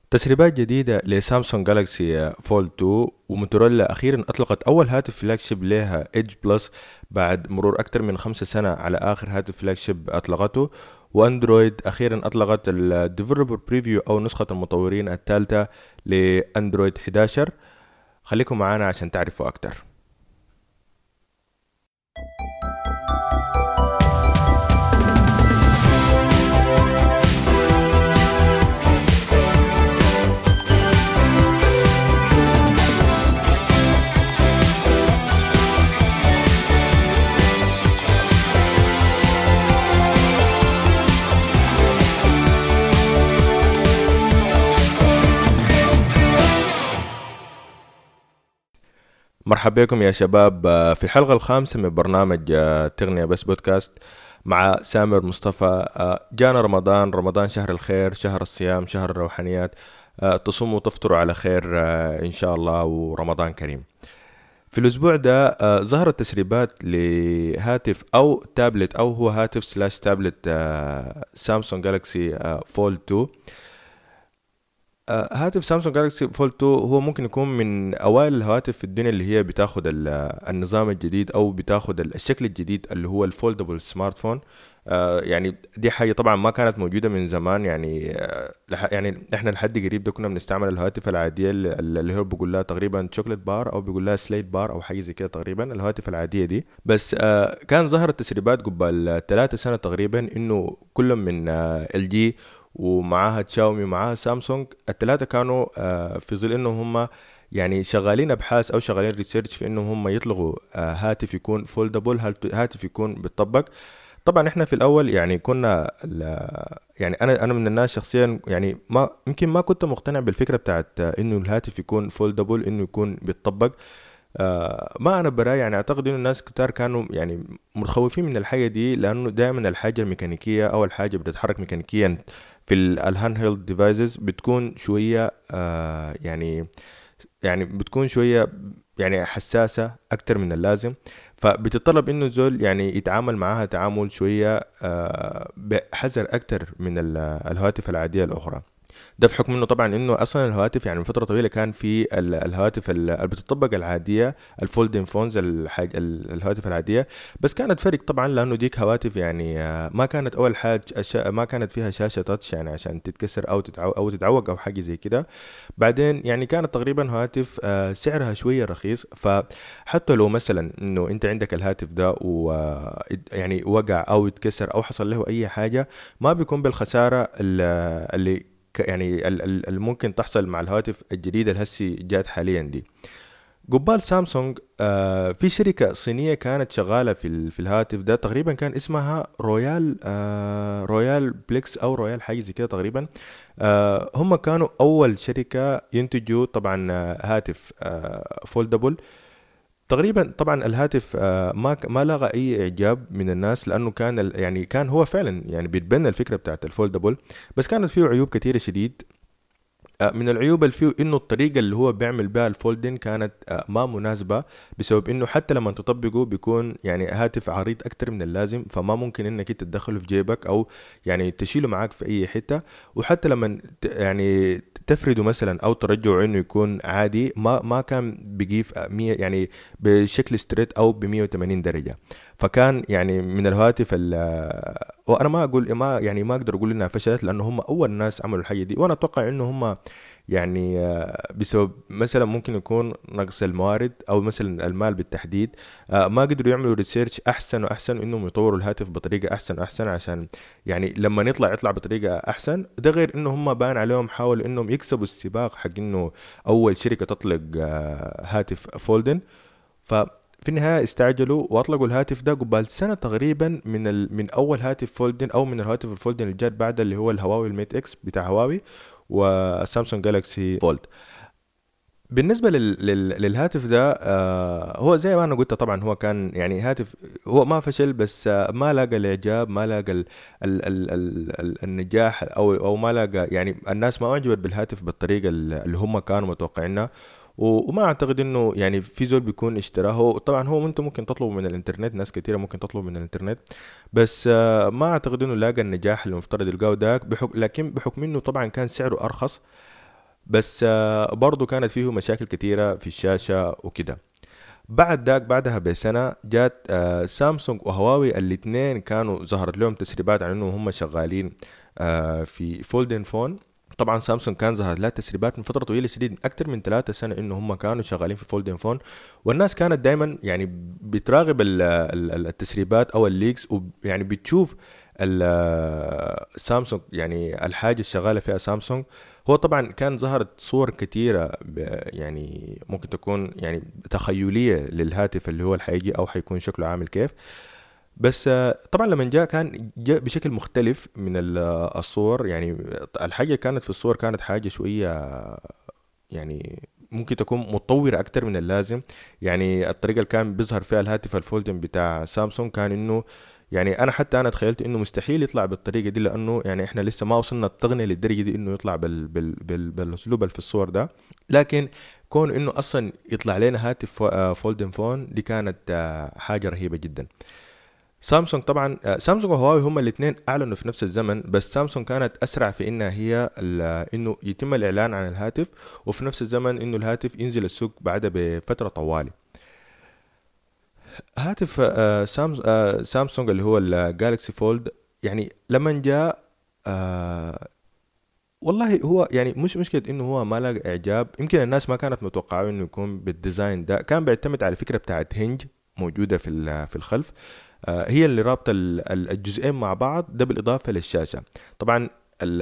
تسريبات جديدة لسامسونج جالاكسي فولد 2 وموتورولا أخيرا أطلقت أول هاتف فلاج شيب لها إيدج بلس بعد مرور أكثر من 5 سنة على آخر هاتف فلاج شيب أطلقته. وأندرويد أخيرا أطلقت الديفلوبر بريفيو أو نسخة المطورين الثالثة لأندرويد 11. خليكم معنا عشان تعرفوا أكتر. مرحبا بكم يا شباب في الحلقة الخامسة من برنامج تغنية بس بودكاست مع سامر مصطفى. جانا رمضان شهر الخير، شهر الصيام، شهر الروحانيات. تصوموا وتفطروا على خير إن شاء الله، ورمضان كريم. في الأسبوع ده ظهرت تسريبات لهاتف أو تابلت أو هو هاتف سلاش تابلت سامسونج جالاكسي فولد 2. هاتف سامسونج جالاكسي فولد 2 هو ممكن يكون من اوائل الهواتف في الدنيا اللي هي بتاخد النظام الجديد او بتاخد الشكل الجديد اللي هو الفولدبل سمارت فون. يعني دي حاجه طبعا ما كانت موجوده من زمان، يعني يعني احنا لحد قريب ده كنا بنستعمل الهواتف العاديه اللي هو بيقول لها تقريبا شوكليت بار او بيقول لها سليت بار او حاجه زي كده، تقريبا الهواتف العاديه دي. بس كان ظهرت تسريبات قبل 3 سنة تقريبا انه كل من ال جي ومعاها تشاومي ومعاها سامسونج الثلاثه كانوا في ظل انهم هم يعني شغالين ابحاث او شغالين ريسيرش في انهم هم يطلقوا هاتف يكون فولدبل، هاتف يكون بيتطبق. طبعا احنا في الاول يعني كنا يعني انا من الناس شخصيا، يعني ما يمكن ما كنت مقتنع بالفكره بتاعت انه الهاتف يكون فولدبل، انه يكون بيتطبق. ما انا براي، يعني اعتقد انه الناس كتار كانوا يعني متخوفين من الحاجه دي، لانه دائما الحاجه الميكانيكيه او الحاجه بتتحرك ميكانيكيا في الهاند هيلد ديفايسز بتكون شويه يعني بتكون شويه يعني حساسه اكتر من اللازم، فبتطلب انه زول يعني يتعامل معها تعامل شويه بحذر اكتر من الهواتف العاديه الاخرى. ده في حكم انه طبعا انه اصلا الهواتف يعني من فتره طويله كان في الهواتف اللي بتطبق العاديه، الفولدين فونز، الهواتف العاديه. بس كانت فرق طبعا، لانه ديك هواتف يعني ما كانت اول حاجه ما كانت فيها شاشه تاتش يعني عشان تتكسر او تتعوق او حاجه زي كده. بعدين يعني كانت تقريبا هواتف سعرها شويه رخيص، فحتى لو مثلا انه انت عندك الهاتف ده و يعني وقع او يتكسر او حصل له اي حاجه، ما بيكون بالخساره اللي يعني ممكن تحصل مع الهواتف الجديدة اللي هسي جات حاليا دي. قبال سامسونج في شركة صينية كانت شغالة في الهاتف ده، تقريبا كان اسمها رويال بليكس او رويال حاجة زي كده تقريبا. هم كانوا اول شركة ينتجوا طبعا هاتف فولدبل. تقريبا طبعا الهاتف ما لغى اي اعجاب من الناس، لانه كان يعني كان هو فعلا يعني بيتبنى الفكره بتاعت الفولدبل، بس كانت فيه عيوب كثيره شديد. من العيوب اللي فيه انه الطريقه اللي هو بيعمل بها الفولدين كانت ما مناسبه، بسبب انه حتى لما تطبقه بيكون يعني هاتف عريض اكتر من اللازم، فما ممكن انك انت تدخله في جيبك او يعني تشيله معاك في اي حته. وحتى لما يعني تفرده مثلا او ترجعه انه يكون عادي، ما كان بيجيف 100 يعني بشكل ستريت او ب 180 درجه. فكان يعني من الهواتف وانا ما اقول ما يعني ما اقدر اقول انها فشلت، لانه هم اول ناس عملوا الحاجه دي. وانا اتوقع انه هم يعني بسبب مثلا ممكن يكون نقص الموارد او مثلا المال بالتحديد، ما قدروا يعملوا ريسيرش احسن واحسن انهم يطوروا الهاتف بطريقه احسن واحسن، عشان يعني لما يطلع بطريقه احسن. ده غير انه هم بان عليهم حاولوا انهم يكسبوا السباق حق انه اول شركه تطلق هاتف فولدن. ففي النهاية استعجلوا واطلقوا الهاتف ده قبل سنة تقريبا من اول هاتف فولدن او من الهواتف الفولدن اللي جات بعد، اللي هو الهواوي الميت اكس بتاع هواوي وسامسونج جالاكسي فولد. بالنسبة للهاتف ده هو زي ما أنا قلت، طبعا هو كان يعني هاتف هو ما فشل، بس ما لاقى الإعجاب، ما لاقى النجاح، أو ما لاقى يعني الناس ما أعجبت بالهاتف بالطريقة اللي هم كانوا متوقعينها. وما اعتقد انه يعني في زول بيكون اشتراه. طبعا هو انت ممكن تطلبه من الانترنت، ناس كتيرة ممكن تطلب من الانترنت، بس ما اعتقد انه لاقى النجاح اللي المفترض يلقاه داك، لكن بحكم انه طبعا كان سعره ارخص. بس برضو كانت فيه مشاكل كتيرة في الشاشة وكده. بعدها بسنة جات سامسونج وهواوي الاثنين كانوا ظهرت لهم تسريبات عن انهم هم شغالين في فولدين فون. طبعا سامسونج كان ظهر لها تسريبات من فتره طويله شديد، اكثر من 3 سنة انه هم كانوا شغالين في فولدين فون، والناس كانت دائما يعني بتراقب التسريبات او الليكس، ويعني بتشوف سامسونج يعني الحاجه الشغاله فيها سامسونج. هو طبعا كان ظهرت صور كتيرة يعني ممكن تكون يعني تخيلية للهاتف اللي هو الحقيقي او حيكون شكله عامل كيف. بس طبعا لما جاء كان جاء بشكل مختلف من الصور. يعني الحاجة كانت في الصور كانت حاجة شوية يعني ممكن تكون متطورة أكتر من اللازم. يعني الطريقة اللي كان بيظهر فيها الهاتف الفولدن بتاع سامسونج كان إنه يعني أنا تخيلت إنه مستحيل يطلع بالطريقة دي، لأنه يعني إحنا لسه ما وصلنا التقنية للدرجة دي إنه يطلع بالأسلوب اللي في الصور ده. لكن كون إنه أصلا يطلع لنا هاتف فولدن فون دي كانت حاجة رهيبة جدا. سامسونج طبعا سامسونج وهواوي هما الاثنين اعلنوا في نفس الزمن، بس سامسونج كانت اسرع في انها هي انه يتم الاعلان عن الهاتف، وفي نفس الزمن انه الهاتف ينزل السوق بعدها بفتره طوالي. هاتف سامسونج اللي هو الجالكسي فولد، يعني لما جاء والله هو يعني مش مشكلة انه هو ما لقى اعجاب. يمكن الناس ما كانت متوقعة انه يكون بالديزاين ده. كان بيعتمد على فكرة بتاعت هنج موجودة في الخلف، هي اللي رابطة الجزئين مع بعض، ده بالإضافة للشاشة. طبعا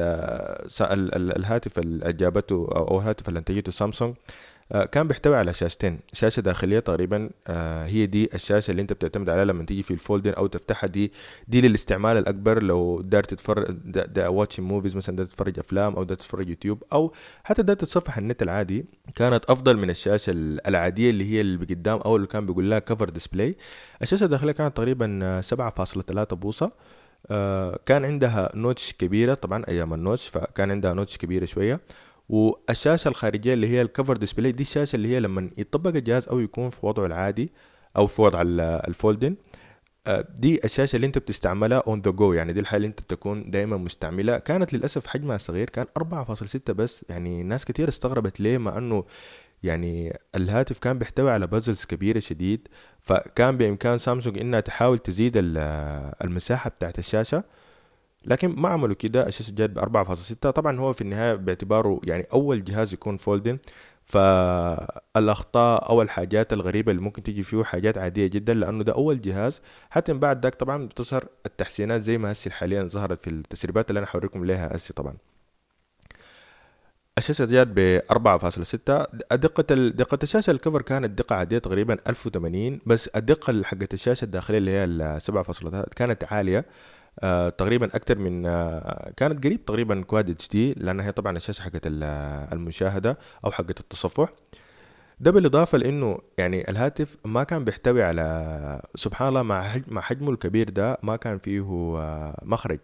الهاتف اللي جابته أو الهاتف اللي انتجته سامسونج كان بيحتوي على شاشتين، شاشة داخلية تقريبا هي دي الشاشة اللي انت بتعتمد عليها لما تيجي في الفولدين او تفتحها. دي للاستعمال الاكبر لو دار تتفرج واتش موفيز مثلا، دار تتفرج افلام او دار تتفرج يوتيوب او حتى دار تتصفح النت العادي. كانت افضل من الشاشة العادية اللي هي اللي بقدام او اللي كان بيقول لها كفر ديسبلاي. الشاشة الداخلية كانت تقريبا 7.3 بوصة. كان عندها نوتش كبيرة طبعا ايام النوتش، فكان عندها نوتش كبيرة شوية. والشاشة الخارجية اللي هي الكفر ديسبلاي دي الشاشة اللي هي لما يطبق الجهاز او يكون في وضعه العادي او في وضع الفولدن، دي الشاشة اللي انت بتستعملها اون ذا جو، يعني دي الحاجة اللي انت تكون دائما مستعملها. كانت للأسف حجمها صغير، كان 4.6 بس. يعني ناس كتير استغربت ليه، مع انه يعني الهاتف كان بيحتوي على بازلز كبيرة شديد. فكان بإمكان سامسونج انها تحاول تزيد المساحة بتاعت الشاشة، لكن ما عملوا كده. الشاشة جات ب 4.6. طبعا هو في النهاية باعتباره يعني أول جهاز يكون فولدن، فالأخطاء أو الحاجات الغريبة اللي ممكن تيجي فيه حاجات عادية جدا، لأنه ده أول جهاز. حتى من بعد ذاك طبعا بتظهر التحسينات زي ما هسي حاليا ظهرت في التسريبات اللي أنا حوريكم ليها هسي. طبعا الشاشة جات ب 4.6. دقة الشاشة الكفر كانت دقة عادية تقريبا 1080، بس الدقة حقت الشاشة الداخلية اللي هي ال 7.3 كانت عالية تقريبا اكتر من كانت قريب تقريبا كواد اتش دي، لانها هي طبعا الشاشه حقت المشاهده او حقت التصفح. ده بالاضافه لانه يعني الهاتف ما كان بيحتوي على، سبحان الله، مع حجمه الكبير ده ما كان فيه مخرج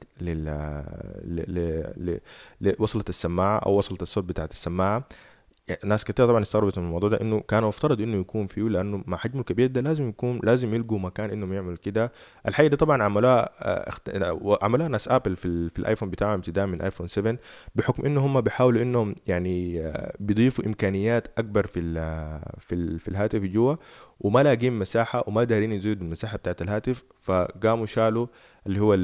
لوصلة السماعه او وصلة الصوت بتاعت السماعه. يعني ناس كتير طبعا استغربت من الموضوع ده، انه كانوا افترض انه يكون فيه، لانه مع حجمه الكبير ده لازم يلقوا مكان انهم يعملوا كده. الحقيقه دي طبعا عملوها ناس ابل في الايفون بتاعهم ابتداء من ايفون 7، بحكم انه هم بيحاولوا انهم يعني بيضيفوا امكانيات اكبر في الهاتف جوا، وما لاقين مساحه وما دارين يزيدوا المساحه بتاعت الهاتف، فقاموا شالوا اللي هو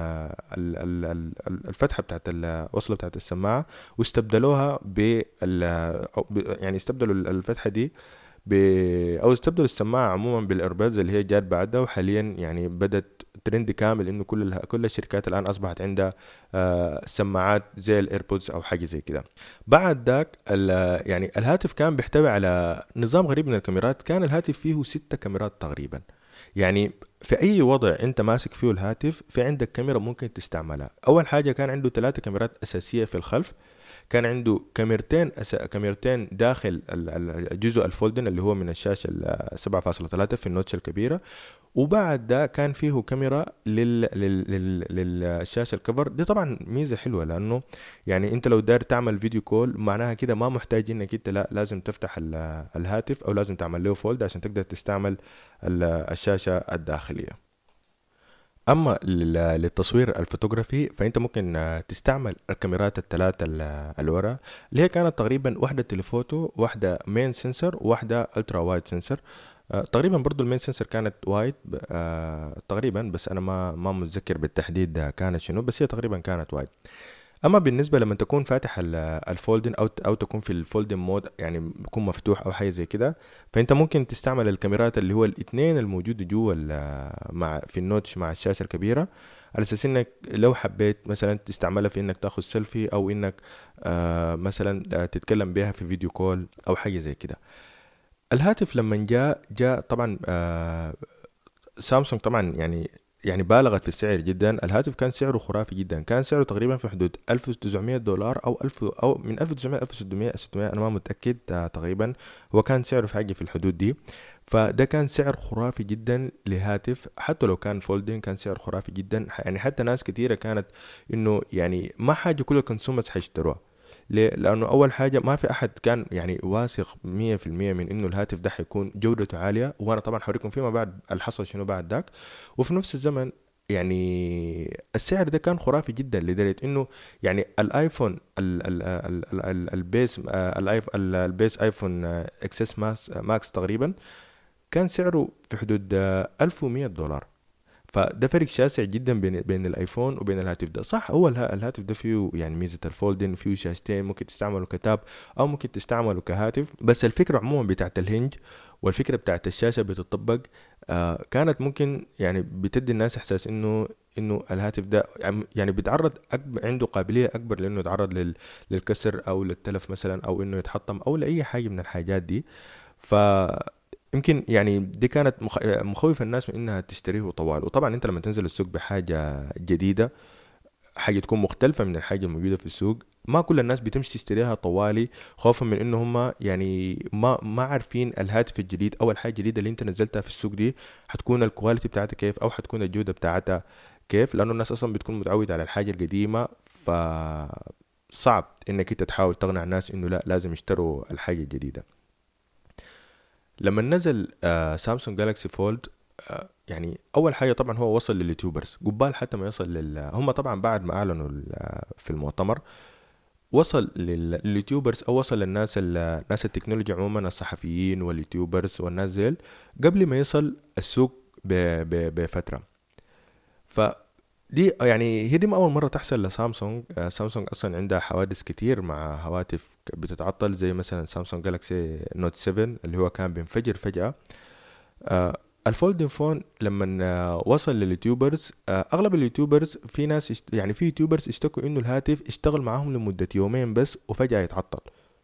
الفتحه بتاعت الوصله بتاعت السماعه، واستبدلوها يعني استبدلوا الفتحة دي ب او استبدلوا السماعة عموما بالايربودز اللي هي جات بعدها. وحاليا يعني بدت ترند كامل انه كل الشركات الان اصبحت عندها سماعات زي الايربودز او حاجة زي كده. بعد ذاك يعني الهاتف كان بيحتوي على نظام غريب من الكاميرات. كان الهاتف فيه 6 كاميرات تقريبا. يعني في اي وضع انت ماسك فيه الهاتف في عندك كاميرا ممكن تستعملها. اول حاجة كان عنده 3 كاميرات اساسية في الخلف. كان عنده كاميرتين داخل الجزء الفولدن اللي هو من الشاشة 7.3 في النوتش الكبيرة. وبعد ده كان فيه كاميرا للشاشة الكفر. دي طبعا ميزة حلوة، لأنه يعني أنت لو داير تعمل فيديو كول معناها كده ما محتاج إنك أنت لا لازم تفتح الهاتف أو لازم تعمل له فولد عشان تقدر تستعمل الشاشة الداخلية. اما للتصوير الفوتوغرافي فانت ممكن تستعمل الكاميرات الثلاثه اللي ورا، اللي هي كانت تقريبا واحده تليفوتو، واحده مين سنسور، وواحده الترا وايد سنسور. تقريبا برضو المين سنسور كانت وايد تقريبا، بس انا ما متذكر بالتحديد كانت شنو، بس هي تقريبا كانت وايد. اما بالنسبه لما تكون فاتح الفولدن او تكون في الفولدن مود، يعني بيكون مفتوح او حاجه زي كده، فانت ممكن تستعمل الكاميرات اللي هو الاثنين الموجوده جوا مع في النوتش مع الشاشه الكبيره، على اساس انك لو حبيت مثلا تستعملها في انك تاخذ سيلفي، او انك مثلا تتكلم بها في فيديو كول او حاجه زي كده. الهاتف لما جاء طبعا سامسونج طبعا يعني بالغت في السعر جدا. الهاتف كان سعره خرافي جدا، كان سعره تقريبا في حدود $1900 او 1000، او من 1900 1600 انا ما متاكد تقريبا. هو كان سعره في حاجه في الحدود دي. فده كان سعر خرافي جدا لهاتف، حتى لو كان فولدين كان سعر خرافي جدا. يعني حتى ناس كتيره كانت انه يعني ما حاجه كل الكونسومرز حيشتروها. ليه؟ لأنه أول حاجة ما في أحد كان يعني واثق 100% من إنه الهاتف ده حيكون جودته عالية، وأنا طبعا حوريكم فيما بعد الحصل شنو بعد ذاك. وفي نفس الزمن يعني السعر ده كان خرافي جدا، لدرجة إنه يعني الآيفون البيس البيس آيفون اكس اس ماكس تقريبا كان سعره في حدود $1100. فده فرق شاسع جدا بين الايفون وبين الهاتف ده. صح، هو الهاتف ده فيه يعني ميزه الفولدن، فيه شاشتين ممكن تستعمله كتاب او ممكن تستعمله كهاتف، بس الفكره عموما بتاعت الهنج والفكره بتاعت الشاشه بتطبق كانت ممكن يعني بتدي الناس احساس انه الهاتف ده يعني بيتعرض عنده قابليه اكبر لانه يتعرض للكسر او للتلف مثلا، او انه يتحطم او لاي حاجه من الحاجات دي. ف يمكن يعني دي كانت مخوف الناس من انها تشتريه طوال. وطبعا انت لما تنزل السوق بحاجه جديده، حاجه تكون مختلفه من الحاجه الموجوده في السوق، ما كل الناس بتمشي تشتريها طوالي، خوفا من انه هم يعني ما عارفين الهاتف الجديد او الحاجه الجديده اللي انت نزلتها في السوق دي حتكون الكواليتي بتاعتها كيف، او حتكون الجوده بتاعتها كيف، لانه الناس اصلا بتكون متعوده على الحاجه القديمه. ف صعب انك انت تحاول تقنع الناس انه لا لازم يشتروا الحاجه الجديده. لما نزل سامسونج جالاكسي فولد، يعني اول حاجه طبعا هو وصل لليوتيوبرز قبال حتى ما يصل هم طبعا بعد ما اعلنوا في المؤتمر، وصل لليوتيوبرز او وصل للناس ناس التكنولوجيا عموما، الصحفيين واليوتيوبرز والناس ديل، قبل ما يصل السوق بفتره. دي يعني هي دي ما اول مره تحصل لسامسونج. سامسونج اصلا عندها حوادث كتير مع هواتف بتتعطل، زي مثلا سامسونج جالاكسي نوت 7 اللي هو كان بينفجر فجأة. الفولدين فون لما وصل لليوتيوبرز، اغلب اليوتيوبرز في ناس يعني في يوتيوبرز اشتكوا انه الهاتف اشتغل معاهم لمدة يومين بس وفجأة يتعطل.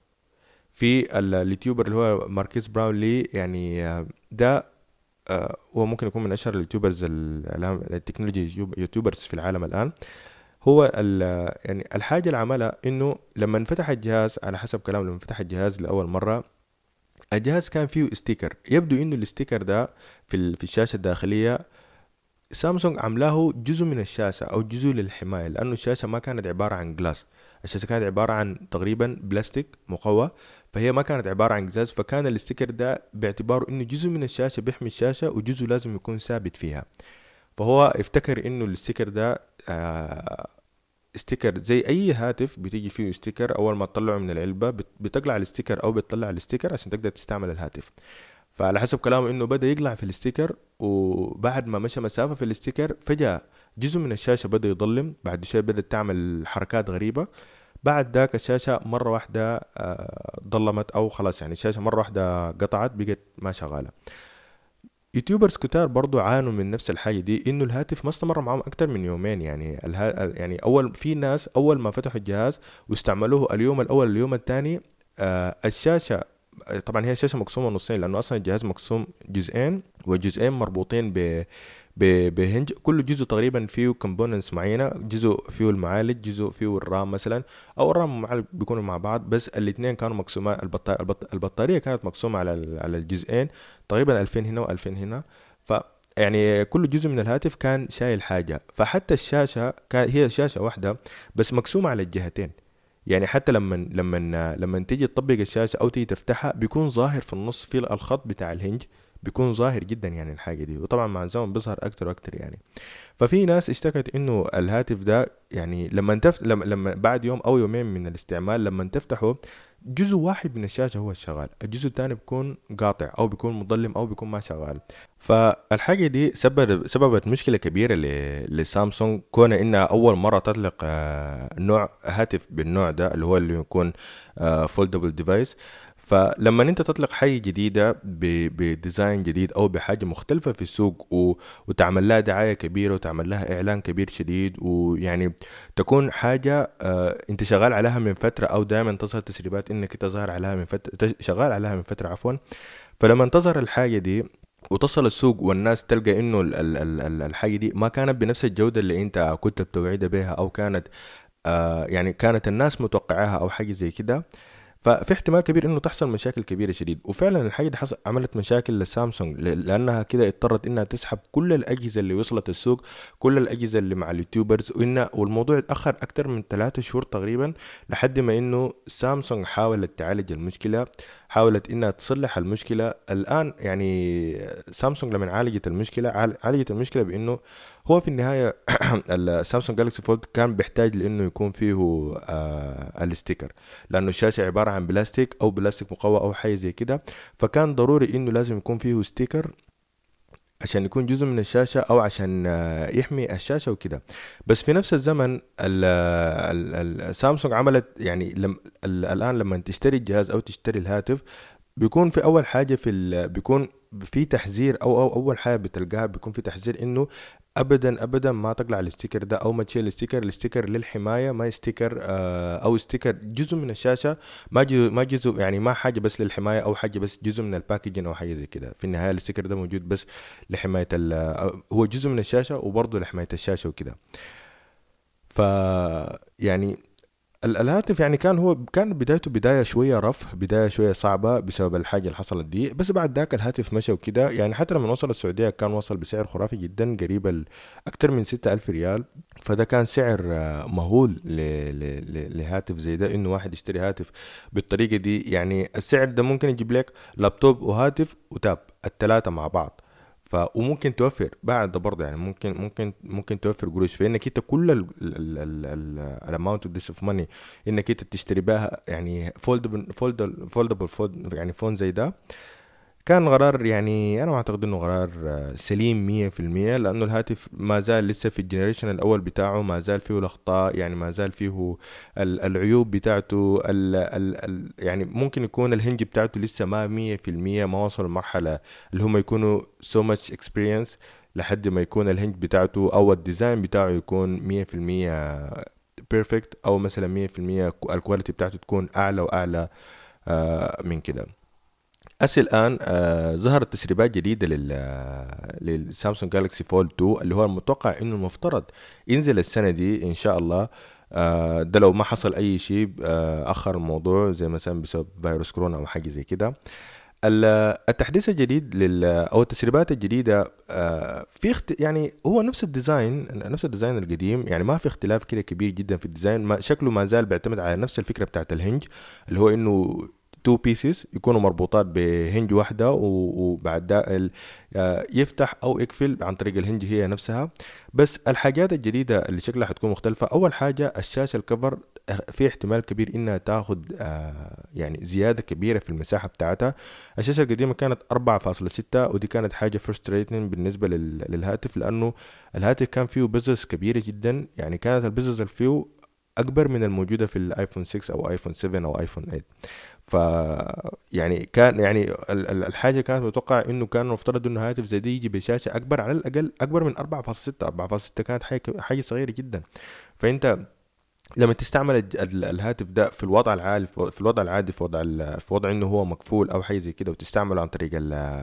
في اليوتيوبر اللي هو ماركيز براونلي، يعني ده هو ممكن يكون من اشهر اليوتيوبرز التكنولوجي يوتيوبرز في العالم الان. هو يعني الحاجه اللي عملها انه لما انفتح الجهاز، على حسب كلامه لما فتح الجهاز لاول مره، الجهاز كان فيه ستيكر. يبدو انه الستيكر ده في الشاشه الداخليه سامسونج عملاه جزء من الشاشة أو جزء للحماية، لأنه الشاشة ما كانت عبارة عن جلاس، الشاشة كانت عبارة عن تقريبا بلاستيك مقوى، فهي ما كانت عبارة عن جزاز. فكان الاستيكر ده باعتباره إنه جزء من الشاشة بيحمي الشاشة وجزء لازم يكون ثابت فيها. فهو افتكر إنه الاستيكر ده استيكر زي أي هاتف بتيجي فيه استيكر، أول ما تطلعه من العلبة بتقلع الاستيكر أو بتطلع الاستيكر عشان تقدر تستعمل الهاتف. فعلى حسب كلامه انه بدأ يقلع في الاستيكر، وبعد ما مشى مسافة في الاستيكر فجأة جزء من الشاشة بدأ يضلم، بعد شوية بدأت تعمل حركات غريبة. بعد ذاك الشاشة مرة واحدة ضلمت، او خلاص يعني الشاشة مرة واحدة قطعت بقت ما شغالة. يوتيوبرز كتار برضو عانوا من نفس الحاجة دي، انه الهاتف ما استمر معهم اكتر من يومين. يعني يعني في ناس اول ما فتحوا الجهاز واستعملوه اليوم الاول اليوم الثاني، الشاشة طبعا هي شاشة مقسومة نصين، لأنه أصلا الجهاز مقسوم جزئين، والجزئين مربوطين بهنج. كل جزء تقريبا فيه كومبوننتس معينة، جزء فيه المعالج، جزء فيه الرام مثلا، أو الرام والمعالج بيكونوا مع بعض، بس الاثنين كانوا مقسومة. البطارية كانت مقسومة على الجزئين، تقريبا 2000 هنا و2000 هنا. ف يعني كل جزء من الهاتف كان شايل حاجة، فحتى الشاشة هي شاشة واحدة بس مقسومة على الجهتين. يعني حتى لما تيجي تطبق الشاشة او تيجي تفتحها بيكون ظاهر في النص في الخط بتاع الهنج بيكون ظاهر جدا يعني الحاجة دي، وطبعا مع الزمن بيظهر اكتر واكتر يعني. ففي ناس اشتكت انه الهاتف ده يعني لما بعد يوم او يومين من الاستعمال لما تفتحه جزء واحد من الشاشة هو الشغال، الجزء الثاني بيكون قاطع او بيكون مظلم او بيكون ما شغال. فالحاجة دي سببت مشكلة كبيرة لسامسونج، كون انها اول مرة تطلق نوع هاتف بالنوع ده اللي هو اللي يكون فولدبل ديفايس. فلما انت تطلق حاجة جديدة بديزاين جديد او بحاجة مختلفة في السوق وتعمل لها دعاية كبيرة وتعمل لها اعلان كبير شديد، ويعني تكون حاجة انت شغال عليها من فترة او دائما تظهر تسريبات انك انت ظاهر عليها من فترة، شغال عليها من فترة عفوا. فلما تظهر الحاجة دي وتصل السوق والناس تلقى انه الحاجة دي ما كانت بنفس الجودة اللي انت كنت بتوعد بها، او كانت يعني كانت الناس متوقعاها او حاجة زي كده، ففي احتمال كبير انه تحصل مشاكل كبيره شديد. وفعلا الحاجه دي عملت مشاكل لسامسونج، لانها كده اضطرت انها تسحب كل الاجهزه اللي وصلت السوق، كل الاجهزه اللي مع اليوتيوبرز، والموضوع اتاخر اكتر من 3 شهور تقريبا لحد ما انه سامسونج حاولت تعالج المشكله، حاولت انها تصلح المشكله. الان يعني سامسونج لما عالجت المشكله عالجت المشكله بانه هو في النهايه السامسونج جالكسي فولد كان بيحتاج لانه يكون فيه الستيكر، لانه الشاشه عباره عن بلاستيك او بلاستيك مقوى او حاجه زي كده، فكان ضروري انه لازم يكون فيه ستيكر عشان يكون جزء من الشاشة أو عشان يحمي الشاشة وكده. بس في نفس الزمن سامسونج عملت يعني الآن لما تشتري الجهاز أو تشتري الهاتف بيكون في أول حاجة بيكون في تحذير أو أول حاجة بتلقاها بيكون في تحذير إنه ابدا ابدا ما تقلع الستيكر ده او ما تشيل الستيكر للحمايه، ما ستيكر او ستيكر جزء من الشاشه، ما جزء يعني ما حاجه بس للحمايه او حاجه بس جزء من الباكجين او حاجه زي كده. في النهايه الستيكر ده موجود بس لحمايه هو جزء من الشاشه وبرضه لحمايه الشاشه وكده. ف يعني الهاتف يعني كان بدايته بداية شوية بداية شوية صعبة بسبب الحاجة اللي حصلت دي، بس بعد ذاك الهاتف مشى وكده. يعني حتى لما وصل السعودية كان وصل بسعر خرافي جدا، قريب أكتر من 6000 ريال. فده كان سعر مهول لهاتف زي ده، إنه واحد يشتري هاتف بالطريقة دي. يعني السعر ده ممكن يجيب لك لابتوب وهاتف وتاب الثلاثة مع بعض. وممكن توفر بعد ده برضه، يعني ممكن توفر قروش، فانك انت كل الاماونت اوف ماني انك انت تشتري بها يعني فولدبل يعني فون زي ده. كان قرار يعني انا ما اعتقد انه قرار سليم 100%، لانه الهاتف ما زال لسه في الجنريشن الاول بتاعه، ما زال فيه الاخطاء، يعني ما زال فيه العيوب بتاعته. يعني ممكن يكون الهنج بتاعته لسه ما 100%، ما وصل المرحلة اللي هم يكونوا so much experience لحد ما يكون الهنج بتاعته او الديزاين بتاعه يكون 100% بيرفكت، او مثلا 100% الكواليتي بتاعته تكون اعلى واعلى من كده. الآن ظهرت تسريبات جديدة للسامسونج جالكسي فولد 2 اللي هو المتوقع إنه المفترض ينزل السنة دي إن شاء الله. ده لو ما حصل أي شيء أخر الموضوع زي مثلا بسبب فيروس كورونا أو حاجة زي كده. التحديث الجديد أو التسريبات الجديدة يعني هو نفس الديزاين القديم، يعني ما في اختلاف كده كبير جدا في الديزاين. شكله ما زال بيعتمد على نفس الفكرة بتاعت الهنج، اللي هو إنه تو بيسز يكونوا مربوطات بهنج واحدة، وبعد ده يفتح او يقفل عن طريق الهنج هي نفسها. بس الحاجات الجديدة اللي شكلها حتكون مختلفة، اول حاجة الشاشة الكفر في احتمال كبير انها تاخد يعني زيادة كبيرة في المساحة بتاعتها. الشاشة القديمة كانت 4.6 ودي كانت حاجة فرستريتنج بالنسبة للهاتف، لانه الهاتف كان فيه بزز كبيرة جدا، يعني كانت البزز اللي فيه اكبر من الموجودة في الايفون 6 او ايفون 7 او ايفون 8. ف يعني كان يعني الحاجه كانت متوقع انه كان المفترض انه هاتف زي دي يجي بشاشه اكبر، على الاقل اكبر من 4.6 كانت حاجه صغيره جدا. فانت لما تستعمل الهاتف ده في الوضع العادي، في وضع انه هو مقفول او حاجه زي كده، وتستعمله عن طريق